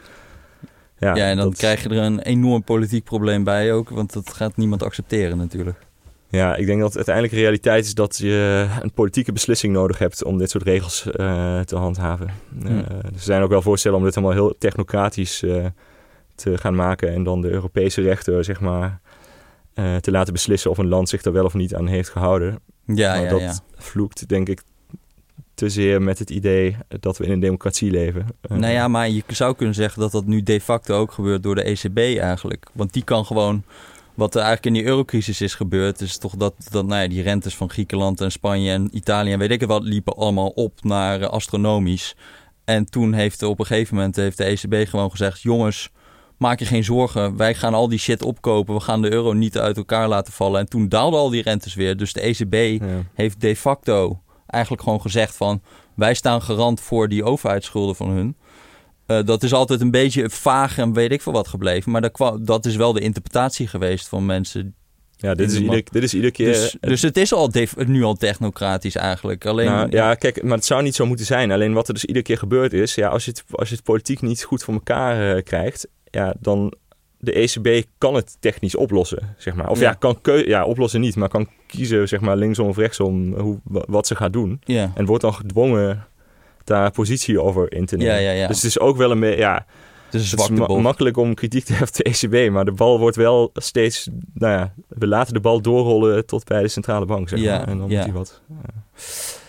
ja, ja, en dan dat... krijg je er een enorm politiek probleem bij ook... want dat gaat niemand accepteren natuurlijk. Ja, ik denk dat uiteindelijk de realiteit is dat je een politieke beslissing nodig hebt om dit soort regels uh, te handhaven. Hmm. Uh, er zijn ook wel voorstellen om dit allemaal heel technocratisch uh, te gaan maken en dan de Europese rechter, zeg maar, uh, te laten beslissen of een land zich er wel of niet aan heeft gehouden. Ja, maar ja, dat ja. vloekt, denk ik, te zeer met het idee dat we in een democratie leven. Uh, nou ja, maar je zou kunnen zeggen dat dat nu de facto ook gebeurt door de E C B eigenlijk. Want die kan gewoon... Wat er eigenlijk in die eurocrisis is gebeurd, is toch dat, dat nou ja, die rentes van Griekenland en Spanje en Italië en weet ik wat, liepen allemaal op naar uh, astronomisch. En toen heeft op een gegeven moment heeft de E C B gewoon gezegd, jongens, maak je geen zorgen, wij gaan al die shit opkopen, we gaan de euro niet uit elkaar laten vallen. En toen daalden al die rentes weer. Dus de E C B ja. heeft de facto eigenlijk gewoon gezegd van, wij staan garant voor die overheidsschulden van hun. Uh, dat is altijd een beetje vaag en weet ik veel wat gebleven. Maar dat, kwa- dat is wel de interpretatie geweest van mensen. Ja, dit is, ieder, dit is iedere keer... Dus, dus het is al def- nu al technocratisch eigenlijk. Alleen, nou, ja, kijk, maar het zou niet zo moeten zijn. Alleen wat er dus iedere keer gebeurd is... Ja, als je het, als je het politiek niet goed voor elkaar uh, krijgt... Ja, dan... De E C B kan het technisch oplossen, zeg maar. Of ja, ja kan keu- ja, oplossen niet, maar kan kiezen, zeg maar, linksom of rechtsom... Hoe, wat ze gaat doen. Ja. En wordt dan gedwongen... daar positie over in te nemen. Ja, ja, ja. Dus het is ook wel een beetje... Ja, het is, een het is ma- makkelijk om kritiek te hebben op de E C B... maar de bal wordt wel steeds... Nou ja, we laten de bal doorrollen tot bij de centrale bank, zeg maar. Ja, en dan ja. moet hij wat... Ja.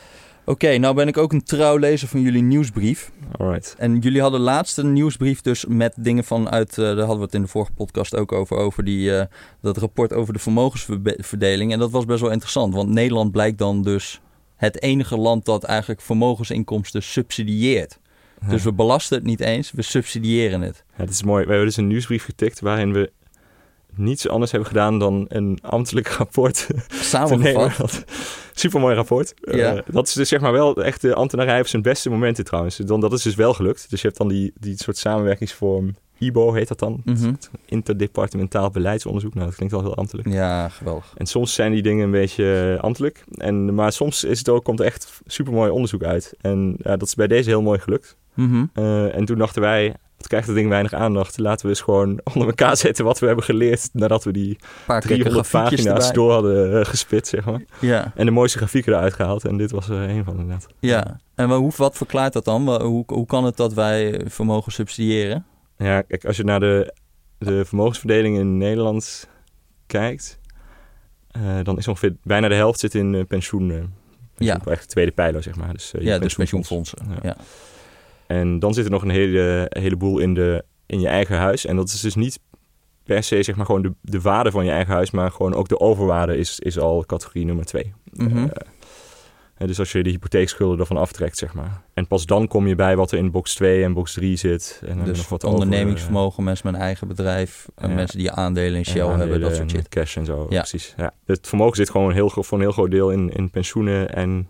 Oké, okay, nou ben ik ook een trouw lezer van jullie nieuwsbrief. Alright. En jullie hadden laatst een nieuwsbrief dus met dingen vanuit... Uh, daar hadden we het in de vorige podcast ook over. Over die, uh, dat rapport over de vermogensverdeling. En dat was best wel interessant. Want Nederland blijkt dan dus het enige land dat eigenlijk vermogensinkomsten subsidieert. Ja. Dus we belasten het niet eens, we subsidiëren het. Ja, het is mooi. We hebben dus een nieuwsbrief getikt waarin we niets anders hebben gedaan dan een ambtelijk rapport samengevat. Supermooi rapport. Ja. Uh, dat is dus zeg maar wel echt de ambtenarij op zijn beste momenten trouwens. Dan, dat is dus wel gelukt. Dus je hebt dan die, die soort samenwerkingsvorm, I B O heet dat dan. Mm-hmm. Interdepartementaal beleidsonderzoek. Nou, dat klinkt wel heel ambtelijk. Ja, geweldig. En soms zijn die dingen een beetje ambtelijk. En, maar soms is het ook, komt er echt supermooi onderzoek uit. En ja, dat is bij deze heel mooi gelukt. Mm-hmm. Uh, en toen dachten wij, het krijgt dat ding weinig aandacht. Laten we eens gewoon onder elkaar zetten wat we hebben geleerd nadat we die driehonderd pagina's erbij door hadden uh, gespit, zeg maar. Ja. En de mooiste grafieken eruit gehaald. En dit was er een van inderdaad. Ja, en hoe, wat verklaart dat dan? Hoe, hoe kan het dat wij vermogen subsidiëren? Ja, kijk, als je naar de, de vermogensverdeling in Nederland kijkt, uh, dan is ongeveer bijna de helft zit in uh, pensioen. Uh, ja. Echt de tweede pijler, zeg maar. Dus, uh, ja, dus pensioenfondsen. Ja. Ja. En dan zit er nog een hele, heleboel in, de, in je eigen huis. En dat is dus niet per se zeg maar gewoon de, de waarde van je eigen huis, maar gewoon ook de overwaarde is, is al categorie nummer twee. Mm-hmm. Uh, dus als je de hypotheekschulden ervan aftrekt, zeg maar. En pas dan kom je bij wat er in box twee en box drie zit. En dan dus nog wat ondernemingsvermogen, over, uh, mensen met een eigen bedrijf, ja. mensen die aandelen in Shell aandelen hebben, dat soort shit. Cash en zo, ja. precies. Ja. Het vermogen zit gewoon heel, voor een heel groot deel in, in pensioenen en,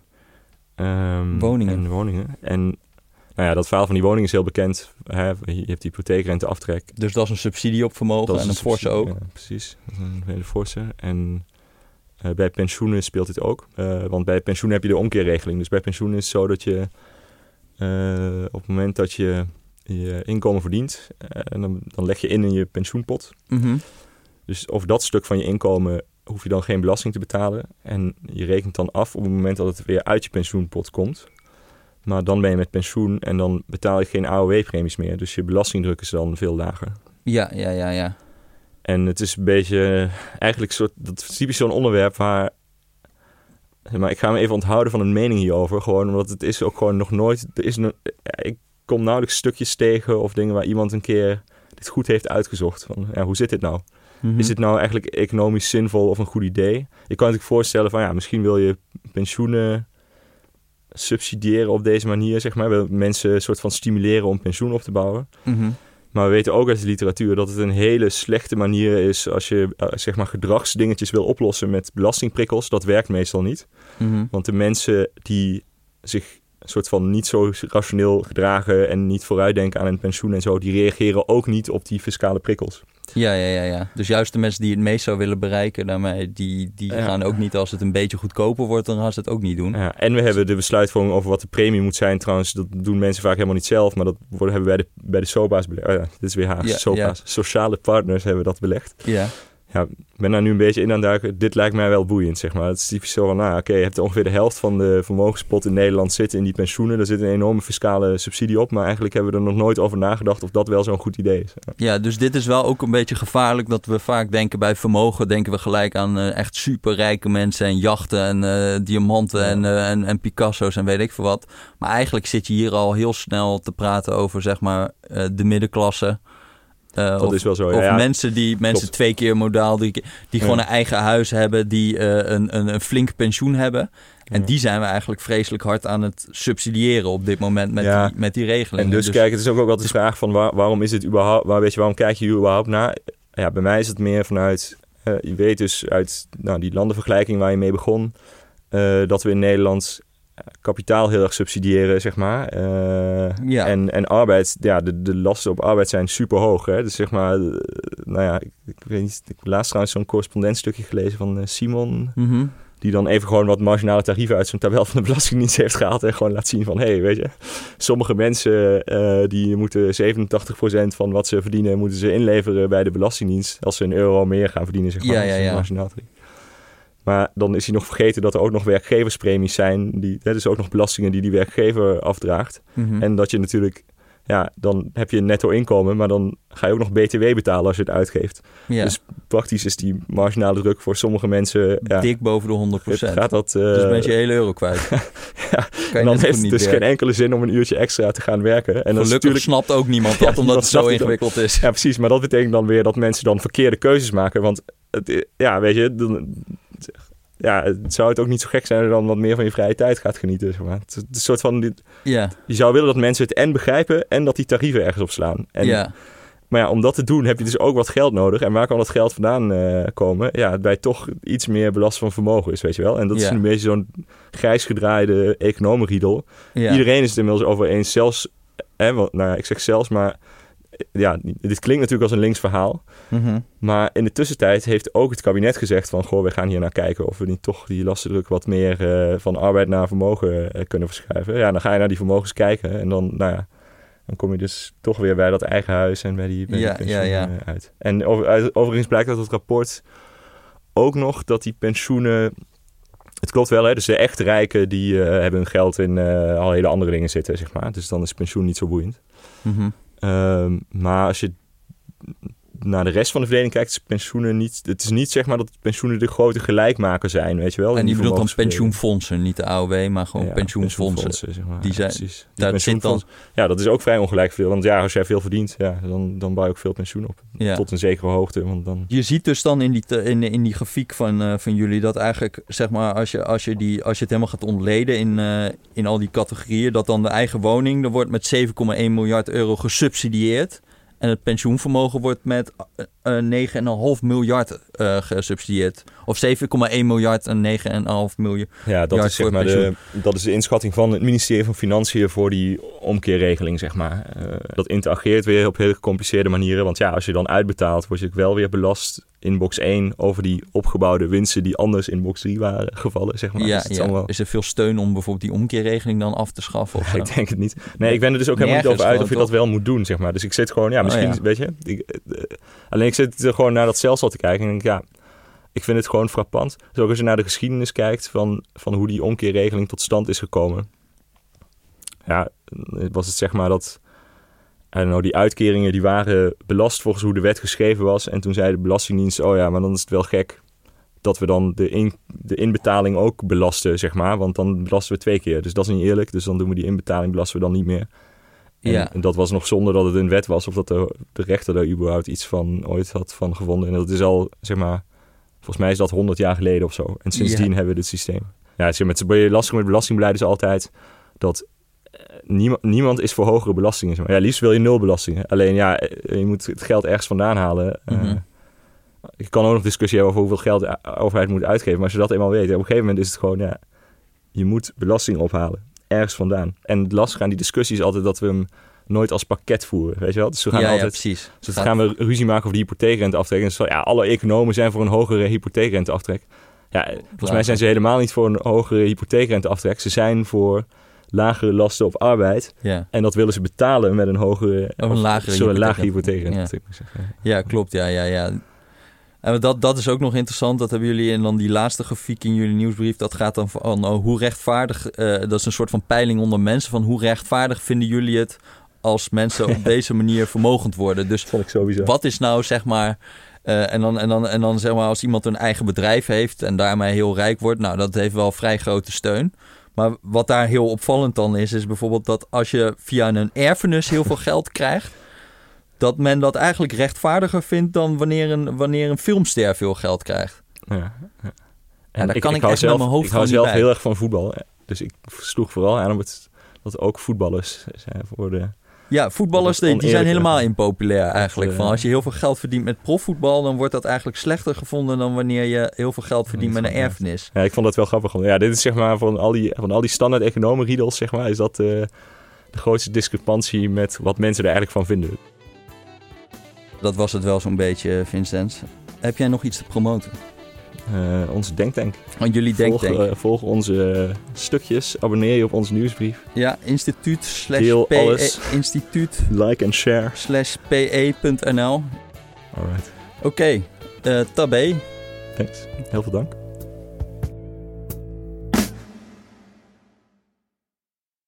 um, woningen. en woningen. En nou ja, dat verhaal van die woning is heel bekend. Hè? Je hebt die hypotheekrenteaftrek. Dus dat is een subsidie op vermogen en een forse ook. Ja, precies, dat is een hele forse. En uh, bij pensioenen speelt dit ook. Uh, want bij pensioenen heb je de omkeerregeling. Dus bij pensioenen is het zo dat je uh, op het moment dat je je inkomen verdient, uh, dan, dan leg je in in je pensioenpot. Mm-hmm. Dus over dat stuk van je inkomen hoef je dan geen belasting te betalen. En je rekent dan af op het moment dat het weer uit je pensioenpot komt. Maar dan ben je met pensioen en dan betaal je geen A O W-premies meer. Dus je belastingdruk is dan veel lager. Ja, ja, ja, ja. En het is een beetje, eigenlijk soort, dat is typisch zo'n onderwerp waar, maar ik ga me even onthouden van een mening hierover. Gewoon omdat het is ook gewoon nog nooit, er is no, ik kom nauwelijks stukjes tegen of dingen waar iemand een keer dit goed heeft uitgezocht. Van, ja, hoe zit dit nou? Mm-hmm. Is dit nou eigenlijk economisch zinvol of een goed idee? Je kan natuurlijk voorstellen van, ja, misschien wil je pensioenen subsidiëren op deze manier, zeg maar. We mensen een soort van stimuleren om pensioen op te bouwen. Mm-hmm. Maar we weten ook uit de literatuur dat het een hele slechte manier is als je uh, zeg maar gedragsdingetjes wil oplossen met belastingprikkels. Dat werkt meestal niet. Mm-hmm. Want de mensen die zich een soort van niet zo rationeel gedragen en niet vooruitdenken aan een pensioen en zo, die reageren ook niet op die fiscale prikkels. Ja, ja, ja, ja. Dus juist de mensen die het meest zou willen bereiken, daarmee, die, die ja. gaan ook niet, als het een beetje goedkoper wordt, dan gaan ze het ook niet doen. Ja, en we hebben de besluitvorming over wat de premie moet zijn. Trouwens, dat doen mensen vaak helemaal niet zelf, maar dat worden, hebben wij de, bij de S O P A's belegd. Oh ja, dit is weer Haagse ja, S O P A's. Ja. Sociale partners hebben dat belegd. Ja. Ja, ik ben daar nu een beetje in aan het duiken. Dit lijkt mij wel boeiend, zeg maar. Het is typisch zo van, nou, oké, okay, je hebt ongeveer de helft van de vermogenspot in Nederland zitten in die pensioenen. Daar zit een enorme fiscale subsidie op. Maar eigenlijk hebben we er nog nooit over nagedacht of dat wel zo'n goed idee is. Ja, ja, dus dit is wel ook een beetje gevaarlijk dat we vaak denken bij vermogen, denken we gelijk aan uh, echt superrijke mensen en jachten en uh, diamanten ja. en, uh, en, en Picasso's en weet ik veel wat. Maar eigenlijk zit je hier al heel snel te praten over, zeg maar, uh, de middenklasse. Uh, dat of, is wel zo, of ja. mensen die mensen Klopt. twee keer modaal, die, die gewoon ja. een eigen huis hebben, die uh, een, een, een flink pensioen hebben. En ja. die zijn we eigenlijk vreselijk hard aan het subsidiëren op dit moment met, ja. die, met die regelingen. En dus, dus kijk, het is ook, ook altijd de vraag van waar, waarom is het überhaupt, waar, weet je, waarom kijk je hier überhaupt naar? Ja, bij mij is het meer vanuit, uh, je weet dus uit nou, die landenvergelijking waar je mee begon, uh, dat we in Nederland kapitaal heel erg subsidiëren, zeg maar. Uh, ja. En, en arbeid, ja, de, de lasten op arbeid zijn super hoog. Hè? Dus zeg maar, uh, nou ja, ik, ik weet niet, ik heb laatst trouwens zo'n correspondentstukje gelezen van uh, Simon, mm-hmm. die dan even gewoon wat marginale tarieven uit zo'n tabel van de Belastingdienst heeft gehaald en gewoon laat zien van, hé, hey, weet je, sommige mensen uh, die moeten zevenentachtig procent van wat ze verdienen, moeten ze inleveren bij de Belastingdienst als ze een euro meer gaan verdienen, zeg maar. Ja, ja, ja. Marginaal tarief. Maar dan is hij nog vergeten dat er ook nog werkgeverspremies zijn. Die, hè, dus ook nog belastingen die die werkgever afdraagt. Mm-hmm. En dat je natuurlijk Ja, dan heb je een netto inkomen, maar dan ga je ook nog B T W betalen als je het uitgeeft. Ja. Dus praktisch is die marginale druk voor sommige mensen... Ja, dik boven de honderd procent. Gaat dat, uh, dus ben je je hele euro kwijt. ja, en dan heeft het dus werken. geen enkele zin om een uurtje extra te gaan werken. En Gelukkig natuurlijk... snapt ook niemand dat, ja, omdat het zo ingewikkeld is. Ja, precies. Maar dat betekent dan weer dat mensen dan verkeerde keuzes maken. Want, het, ja, weet je... Dan, ja, het zou het ook niet zo gek zijn als je dan wat meer van je vrije tijd gaat genieten. Zeg maar. Het is een soort van... Ja. Je zou willen dat mensen het en begrijpen en dat die tarieven ergens op slaan. En, ja. Maar ja, om dat te doen heb je dus ook wat geld nodig. En waar kan dat geld vandaan uh, komen? Ja, bij toch iets meer belast van vermogen is, weet je wel. En dat ja. is een beetje zo'n grijs gedraaide economenriedel. Ja. Iedereen is het inmiddels over eens. Zelfs, hè, want, nou ja, ik zeg zelfs, maar... Ja, dit klinkt natuurlijk als een links verhaal. Mm-hmm. Maar in de tussentijd heeft ook het kabinet gezegd van... goh, we gaan hier naar kijken of we niet toch die lastendruk wat meer uh, van arbeid naar vermogen uh, kunnen verschuiven. Ja, dan ga je naar die vermogens kijken en dan, nou ja, dan kom je dus toch weer bij dat eigen huis en bij die, bij ja, die pensioen ja, ja. Uh, uit. En over, overigens blijkt uit het rapport ook nog dat die pensioenen... Het klopt wel, hè? Dus de echt rijken die uh, hebben hun geld in uh, al hele andere dingen zitten, zeg maar. Dus dan is pensioen niet zo boeiend. Mm-hmm. Um, maar als je naar de rest van de verdeling kijkt, is pensioenen niet... Het is niet zeg maar dat pensioenen de grote gelijkmaker zijn, weet je wel. En die bedoelt dan pensioenfondsen, niet de A O W, maar gewoon ja, pensioenfondsen. pensioenfondsen zeg maar. Die zijn, ja, precies. Die daar zit dan... Ja, dat is ook vrij ongelijk veel. Want ja, als jij veel verdient, ja, dan, dan bouw je ook veel pensioen op. Ja. Tot een zekere hoogte. Want dan... Je ziet dus dan in die, te, in, in die grafiek van, uh, van jullie dat eigenlijk, zeg maar, als je, als je, die, als je het helemaal gaat ontleden in, uh, in al die categorieën, dat dan de eigen woning, er wordt met zeven komma één miljard euro gesubsidieerd. En het pensioenvermogen wordt met uh, negen komma vijf miljard uh, gesubsidieerd. Of zeven komma één miljard en negen komma vijf miljard. Ja, dat is, zeg maar de, dat is de inschatting van het ministerie van Financiën voor die omkeerregeling, zeg maar. Uh, dat interageert weer op hele gecompliceerde manieren. Want ja, als je dan uitbetaalt, word je wel weer belast in box één over die opgebouwde winsten die anders in box drie waren gevallen, zeg maar. Ja, dus ja. Allemaal... Is er veel steun om bijvoorbeeld die omkeerregeling dan af te schaffen? Of ja, zo? Ik denk het niet. Nee, ik ben er dus ook helemaal niet over uit of je dat wel moet doen, zeg maar. Dus ik zit gewoon, ja, misschien, oh, ja. weet je... Ik, uh, alleen ik zit er gewoon naar dat stelsel te kijken en denk, ja, ik vind het gewoon frappant. Dus ook als je naar de geschiedenis kijkt van, van hoe die omkeerregeling tot stand is gekomen. Ja, was het zeg maar dat... I don't know, die uitkeringen die waren belast volgens hoe de wet geschreven was. En toen zei de Belastingdienst, oh ja, maar dan is het wel gek dat we dan de, in, de inbetaling ook belasten, zeg maar. Want dan belasten we twee keer. Dus dat is niet eerlijk. Dus dan doen we die inbetaling, belasten we dan niet meer. En, ja. en dat was nog zonder dat het een wet was. Of dat de, de rechter daar überhaupt iets van ooit had van gevonden. En dat is al, zeg maar, volgens mij is dat honderd jaar geleden of zo. En sindsdien ja. hebben we dit systeem. Ja, het is met, lastig met belastingbeleid is altijd dat... Niemand, niemand is voor hogere belastingen. Ja, liefst wil je nul belastingen. Alleen ja, je moet het geld ergens vandaan halen. Mm-hmm. Uh, je kan ook nog discussie hebben over hoeveel geld de overheid moet uitgeven. Maar als je dat eenmaal weet, op een gegeven moment is het gewoon... Ja, je moet belasting ophalen. Ergens vandaan. En het lastige aan die discussie is altijd dat we hem nooit als pakket voeren. Weet je wel? Dus we gaan ja, altijd... Ja, precies. Dus dan gaan we ruzie maken over de hypotheekrenteaftrek. En zo, ja, alle economen zijn voor een hogere hypotheekrenteaftrek. Ja, volgens mij zijn ze helemaal niet voor een hogere hypotheekrenteaftrek. Ze zijn voor... lagere lasten op arbeid. Ja. En dat willen ze betalen met een hogere... Of een lagere sorry, lage hypotheek. Ja. ja, klopt. Ja, ja, ja. En dat, dat is ook nog interessant. Dat hebben jullie in dan die laatste grafiek in jullie nieuwsbrief. Dat gaat dan van oh, hoe rechtvaardig... Uh, dat is een soort van peiling onder mensen. Van hoe rechtvaardig vinden jullie het als mensen op deze manier vermogend worden. Dus vond ik sowieso. Wat is nou zeg maar... Uh, en, dan, en, dan, en dan zeg maar als iemand een eigen bedrijf heeft... en daarmee heel rijk wordt... nou, dat heeft wel vrij grote steun... Maar wat daar heel opvallend dan is, is bijvoorbeeld dat als je via een erfenis heel veel geld krijgt, dat men dat eigenlijk rechtvaardiger vindt dan wanneer een, wanneer een filmster veel geld krijgt. Ja, ja. En daar ik, kan ik, ik, ik echt zelf, met mijn hoofd Ik hou zelf heel erg van voetbal. Dus ik sloeg vooral aan om het, dat ook voetballers zijn voor de... Ja, voetballers die, die zijn helemaal impopulair eigenlijk. Van als je heel veel geld verdient met profvoetbal, dan wordt dat eigenlijk slechter gevonden dan wanneer je heel veel geld verdient met een erfenis. Ja, ik vond dat wel grappig. Ja, dit is zeg maar van al die, van al die standaard economen-riedels, zeg maar, is dat uh, de grootste discrepantie met wat mensen er eigenlijk van vinden. Dat was het wel zo'n beetje, Vincent. Heb jij nog iets te promoten? Uh, onze Denktank. Oh, jullie volg, Denktank. Uh, volg onze uh, stukjes. Abonneer je op onze nieuwsbrief. Ja, instituut slash Deel P E, alles. Instituut. Like en share. Slash P E punt N L. Alright. Oké, okay. uh, tabé. Thanks. Heel veel dank.